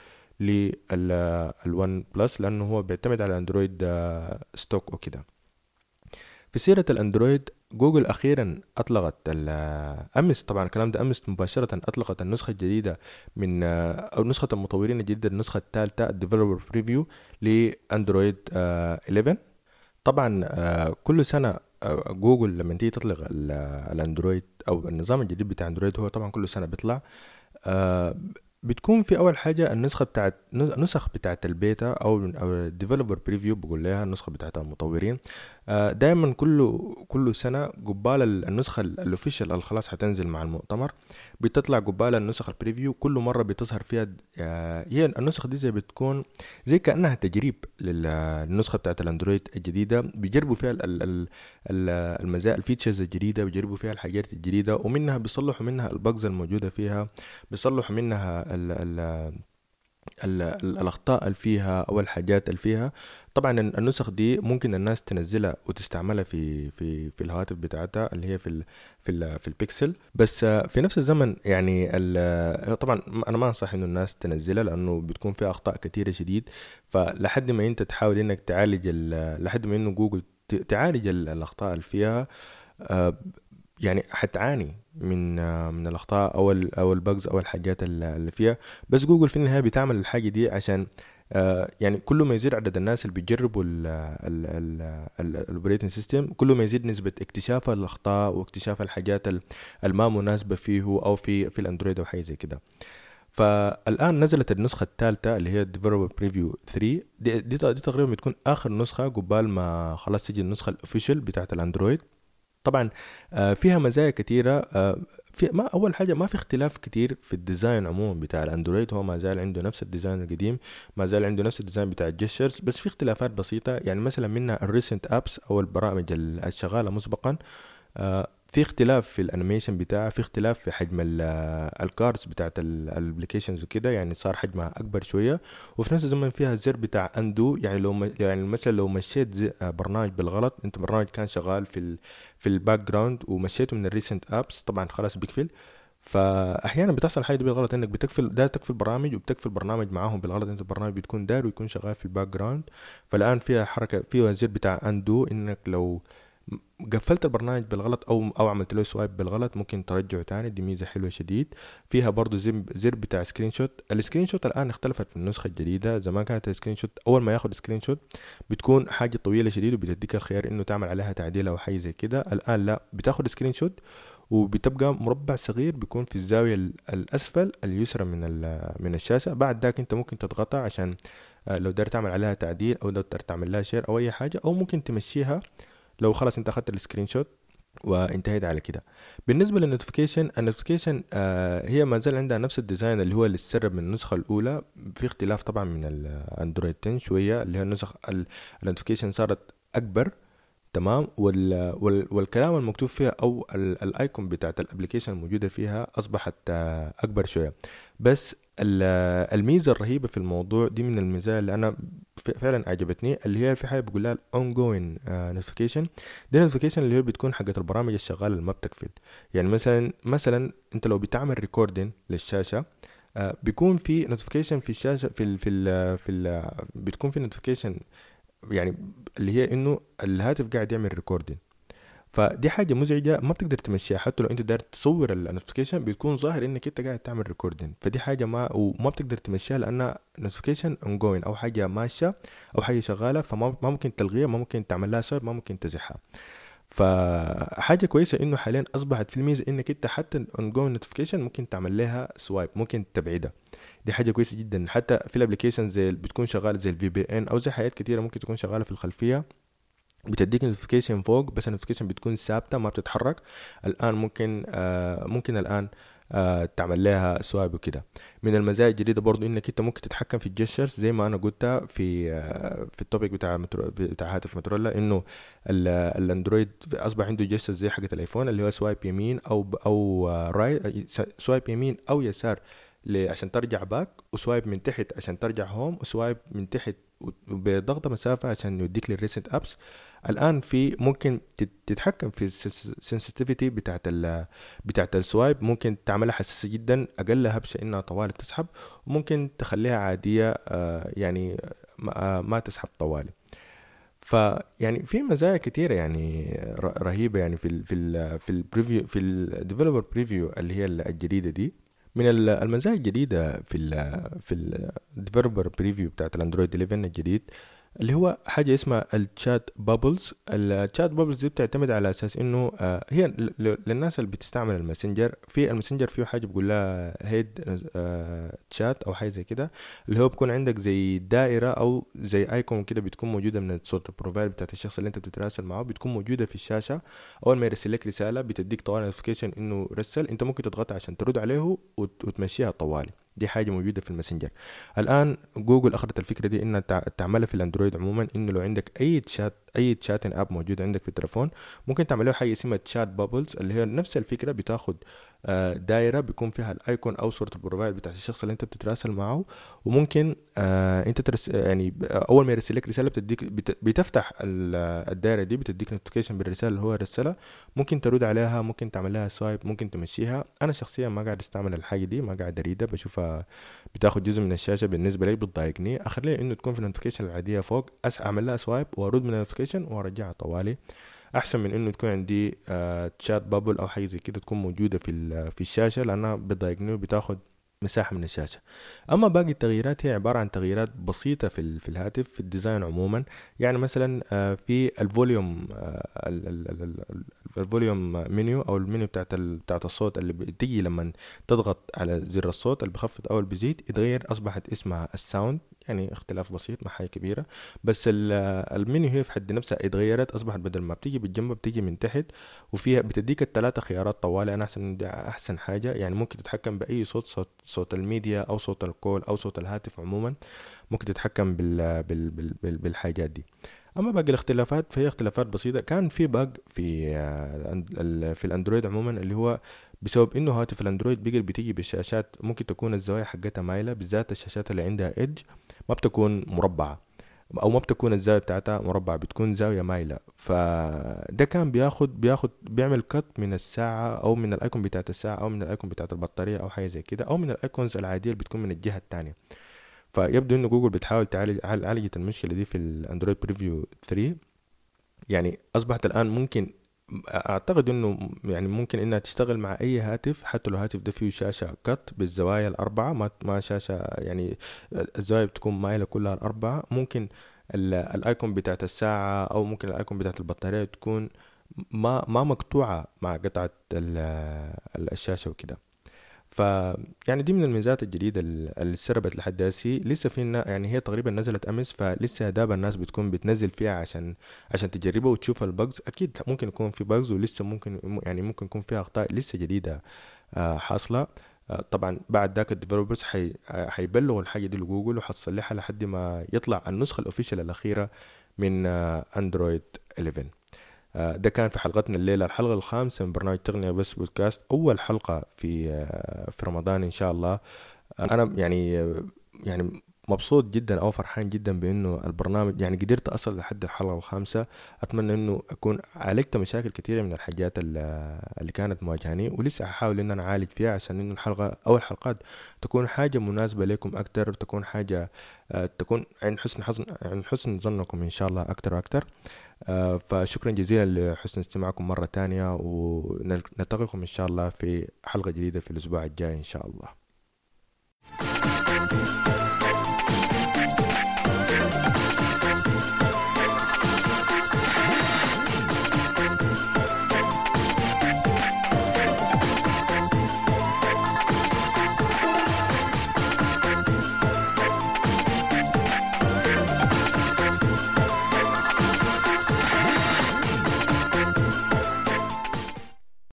للون بلس، لانه هو بيعتمد على اندرويد ستوك وكده. في سيرة الاندرويد، جوجل اخيرا اطلقت امس، طبعا الكلام ده امس مباشرة، اطلقت النسخة الجديدة من او نسخة المطورين الجديدة، النسخة الثالثة الديفلوبر بريفيو لاندرويد 11. طبعا كل سنة جوجل لما تيجي تطلق الاندرويد او النظام الجديد بتاع اندرويد، هو طبعا كل سنة بيطلع. آه، بتكون في اول حاجه النسخه بتاعت نسخ بتاعت البيتا او الديفلوبر بريفيو بقول لها النسخه بتاعت المطورين. دايما كل سنه قبال النسخه الاوفيشال اللي خلاص هتنزل مع المؤتمر، بتطلع قبال النسخ البريفيو. كل مره بتظهر فيها هي النسخ دي زي بتكون زي كانها تجريب للنسخه بتاعت الاندرويد الجديده، بيجربوا فيها المزايا الفيتشرز الجديده، بيجربوا فيها الحاجات الجديده، ومنها بيصلحوا منها البجز الموجوده فيها، بيصلحوا منها الأخطاء اللي فيها أو الحاجات اللي فيها. طبعا النسخ دي ممكن الناس تنزلها وتستعملها في الهواتف بتاعتها اللي هي في البيكسل. بس في نفس الزمن يعني طبعا أنا ما أنصح إنه الناس تنزلها، لأنه بتكون فيها أخطاء كتيرة شديد. فلحد ما أنت تحاول إنك تعالج لحد ما إنه جوجل تعالج الأخطاء اللي فيها، آه، يعني حتعاني من الاخطاء او البجز او الحاجات اللي فيها. بس جوجل في النهايه بتعمل الحاجه دي عشان يعني كل ما يزيد عدد الناس اللي بيجربوا الاوبريتنج سيستم، كل ما يزيد نسبه اكتشاف الاخطاء واكتشاف الحاجات الما مناسبه فيه او في الاندرويد او حاجه زي كده. فالان نزلت النسخه الثالثه اللي هي ديفلوبر بريفيو 3. دي تقريبا بتكون اخر نسخه قبال ما خلاص تجي النسخه الاوفيشال بتاعت الاندرويد. طبعا فيها مزايا كتيرة. في ما أول حاجة ما في اختلاف كتير في الديزاين عموما بتاع الأندرويد، هو ما زال عنده نفس الديزاين القديم، ما زال عنده نفس الديزاين بتاع الجيسترز. بس في اختلافات بسيطة، يعني مثلا منها الريسنت أبس أو البرامج الشغالة مسبقا. في اختلاف في الانيميشن بتاعه، في اختلاف في حجم الكاردز بتاعت الابلكيشنز وكده، يعني صار حجمها اكبر شويه. وفي نفس الزمن فيها الزر بتاع اندو، يعني يعني مثلا لو مشيت برنامج بالغلط، انت برنامج كان شغال في الباك جراوند ومشيته من الريسنت ابس، طبعا خلاص بيقفل. فاحيانا بتحصل حاجه دي بالغلط، انك تقفل برامج وبتقفل برنامج معاهم بالغلط، انت البرنامج بتكون داير ويكون شغال في الباك جراوند. فالان فيها حركه، فيها زر بتاع اندو، انك لو قفلت البرنامج بالغلط او عملت له سوايب بالغلط ممكن ترجعه تاني. دي ميزه حلوه شديد. فيها برضو زر بتاع سكرين شوت. السكرين شوت الان اختلفت في النسخه الجديده. زمان كانت السكرين شوت اول ما ياخد سكرين شوت بتكون حاجه طويله شديد، وبتديك الخيار انه تعمل عليها تعديل او حاجه زي كده. الان لا، بتاخد سكرين شوت وبتبقى مربع صغير بيكون في الزاويه الاسفل اليسرى من الشاشه. بعد ذاك انت ممكن تضغطها عشان لو دار تعمل عليها تعديل او لو دار تعمل لها شير او اي حاجه، او ممكن تمشيها لو خلاص انت اخدت السكرين شوت وانتهيت على كده. بالنسبه للنوتيفيكيشن، النوتيفيكيشن هي ما زال عندها نفس الديزاين اللي هو اللي اتسرب من النسخه الاولى. في اختلاف طبعا من الاندرويد 10 شويه، اللي هي النسخ النوتيفيكيشن صارت اكبر. تمام. والكلام المكتوب فيها او الايكون بتاعت الابليكيشن الموجوده فيها اصبحت اكبر شويه. بس الميزه الرهيبه في الموضوع دي من الميزه اللي انا فعلا عجبتني، اللي هي في حاجه بيقول لها ongoing notification. دي notification اللي هي بتكون حقت البرامج الشغاله اللي ما بتقفل. يعني مثلا انت لو بتعمل ريكوردين للشاشه، بيكون في نوتيفيكيشن في الشاشه بتكون في نوتيفيكيشن، يعني اللي هي انه الهاتف قاعد يعمل ريكوردين. فدي حاجة مزعجة ما بتقدر تمشيها، حتى لو انت داير تصور النوتيفيكيشن بتكون ظاهر انك انت قاعد تعمل ريكوردين. فدي حاجة وما بتقدر تمشيها لانها نوتيفيكيشن ongoing او حاجة ماشية او حاجة شغالة، فما ممكن تلغيها، ما ممكن تعمل لها سيرش، ما ممكن تزحها. فحاجة كويسة انه حاليا اصبحت في الميزة انك انت حتى الاونجوين نوتيفيكيشن ممكن تعمل لها سوايب، ممكن تبعدها. دي حاجة كويسة جدا. حتى في الابليكيشن زي بتكون شغالة زي الفي بي ان او زي حاجات كتيرة ممكن تكون شغالة في الخلفية، بتديك نوتيفيكيشن فوق، بس النوتيفيكيشن بتكون ثابته ما بتتحرك. الان ممكن الان تعمل لها سوايب وكده. من المزايا الجديده برضو انك انت ممكن تتحكم في الجيسترز زي ما انا قلتها في التوبيك بتاع هاتف موتورولا، انه الاندرويد اصبح عنده جيسترز زي حقه الايفون، اللي هو سوايب يمين او رايت، سوايب يمين او يسار عشان ترجع باك، وسوايب من تحت عشان ترجع هوم، وسوايب من تحت بضغط مسافة عشان يوديك للريسنت ابس. الان في ممكن تتحكم في السنسيتيفيتي بتاعت السوايب، ممكن تعملها حساسة جدا، اقلها هبشة انها طوالي تسحب، وممكن تخليها عادية يعني ما تسحب طوالي. فيعني في مزايا كتيرة يعني رهيبة يعني في البريفيو، في الديفلوبر بريفيو اللي هي الجديدة دي. من المزايا الجديدة في الديفلوبر بريفيو بتاعت الاندرويد 11 الجديد، اللي هو حاجة اسمها الشات بابلز. الشات بابلز دي بتعتمد على اساس انه هي للناس اللي بتستعمل الماسنجر. في الماسنجر فيه حاجة بقول لها هيد شات او حاجة زي كده، اللي هو بيكون عندك زي دائرة او زي ايكون كده، بتكون موجودة من صوت البروفايل بتاعت الشخص اللي انت بتتراسل معه، بتكون موجودة في الشاشة. اول ما يرسل لك رسالة بتديك طوال نوتيفيكيشن انه رسل، انت ممكن تضغط عشان ترد عليه وتمشيها طوالي. دي حاجة موجودة في الماسنجر. الآن جوجل أخذت الفكرة دي إنها تعملها في الأندرويد عموما، إنه لو عندك أي تشاتين أب موجود عندك في التلفون، ممكن تعمل له حاجة اسمها تشات بابلز، اللي هي نفس الفكرة. بتاخد دائرة بيكون فيها الأيكون أو صورة البروفايل بتاع الشخص اللي أنت بتتراسل معه، وممكن أنت يعني أول ما يرسل لك رسالة بتفتح الدائرة دي، بتديك نوتيفيكيشن بالرسالة اللي هو رسلها، ممكن ترد عليها، ممكن تعمل لها سوايب، ممكن تمشيها. أنا شخصيا ما قاعد استعمل الحاجة دي، ما قاعد أريدها، بشوفها بتاخد جزء من الشاشة، بالنسبة لي بتضايقني. أخليها إنه تكون في النوتيفيكيشن العادية فوق، أعمل لها سوايب وأرد من النوتيفيكيشن وأرجعها طوالي، احسن من انه تكون عندي تشات بابل او حاجه زي كده تكون موجوده في الشاشه، لانها بتضايقني وبتاخد مساحه من الشاشه. اما باقي التغييرات هي عباره عن تغييرات بسيطه في الهاتف، في الديزاين عموما. يعني مثلا في الفوليوم، الفوليوم منيو او المنيو بتاعت الصوت اللي بتيجي لما تضغط على زر الصوت اللي بخفض او اللي بيزيد، اتغير، اصبحت اسمها الساوند. يعني اختلاف بسيط، ما حاجه كبيره، بس المنيو هي في حد نفسها اتغيرت، اصبحت بدل ما بتيجي بالجنب بتيجي من تحت، وفيها بتديك الثلاثه خيارات طوالي. انا احسن حاجه يعني ممكن تتحكم باي صوت الميديا او صوت الكول او صوت الهاتف عموما، ممكن تتحكم بالحاجات دي. اما باقي الاختلافات فهي اختلافات بسيطه. كان في باج في الاندرويد عموما، اللي هو بسبب انه هاتف الاندرويد بتيجي بالشاشات ممكن تكون الزوايا حقتها مايله، بالذات الشاشات اللي عندها ايدج ما بتكون مربعه، او ما بتكون الزاويه بتاعتها مربعه، بتكون زاويه مايله. فده كان بيعمل كت من الساعه، او من الايكون بتاعت الساعه، او من الايكون بتاعت البطاريه، او حاجه زي كده، او من الايكونز العاديه اللي بتكون من الجهه الثانيه. فيبدو انه جوجل بتحاول عالجت المشكله دي في الاندرويد بريفيو 3. يعني اصبحت الان ممكن، اعتقد انه يعني ممكن انها تشتغل مع اي هاتف، حتى لو هاتف ده فيه شاشه كت بالزوايا الاربعه، ما شاشه يعني الزوايا بتكون مايله كلها الاربعه. ممكن الايكون بتاعت الساعه، او ممكن الايكون بتاعت البطاريه تكون ما مقطوعه مع قطعه الشاشه وكده. ف يعني دي من الميزات الجديدة اللي سربت لحد هسي. لسه فينا يعني، هي تقريبا نزلت امس، فلسه دابا الناس بتكون بتنزل فيها عشان تجربها وتشوف البجز. اكيد ممكن يكون في بجز، ولسه ممكن يكون فيها اخطاء لسه جديدة حاصلة. طبعا بعد ذاك الديفلوبرز حيبلغوا الحاجة دي لجوجل، وحتصلحها لحد ما يطلع النسخة الاوفيشال الأخيرة من اندرويد 11. ده كان في حلقتنا الليلة، الحلقة الخامسة من برنامج تقنية بس بودكاست، أول حلقة في رمضان إن شاء الله. أنا يعني مبسوط جدا أو فرحان جدا بأنه البرنامج يعني قدرت أصل لحد الحلقة الخامسة. أتمنى أنه أكون عالجت مشاكل كثيرة من الحاجات اللي كانت مواجهاني، ولسه هحاول أن أنا أعالج فيها، عشان أنه الحلقة أو الحلقات تكون حاجة مناسبة لكم أكتر، تكون حاجة تكون عن حسن ظنكم إن شاء الله أكتر وأكتر. فشكرا جزيلا لحسن استماعكم مرة تانية، ونلتقيكم إن شاء الله في حلقة جديدة في الأسبوع الجاي إن شاء الله.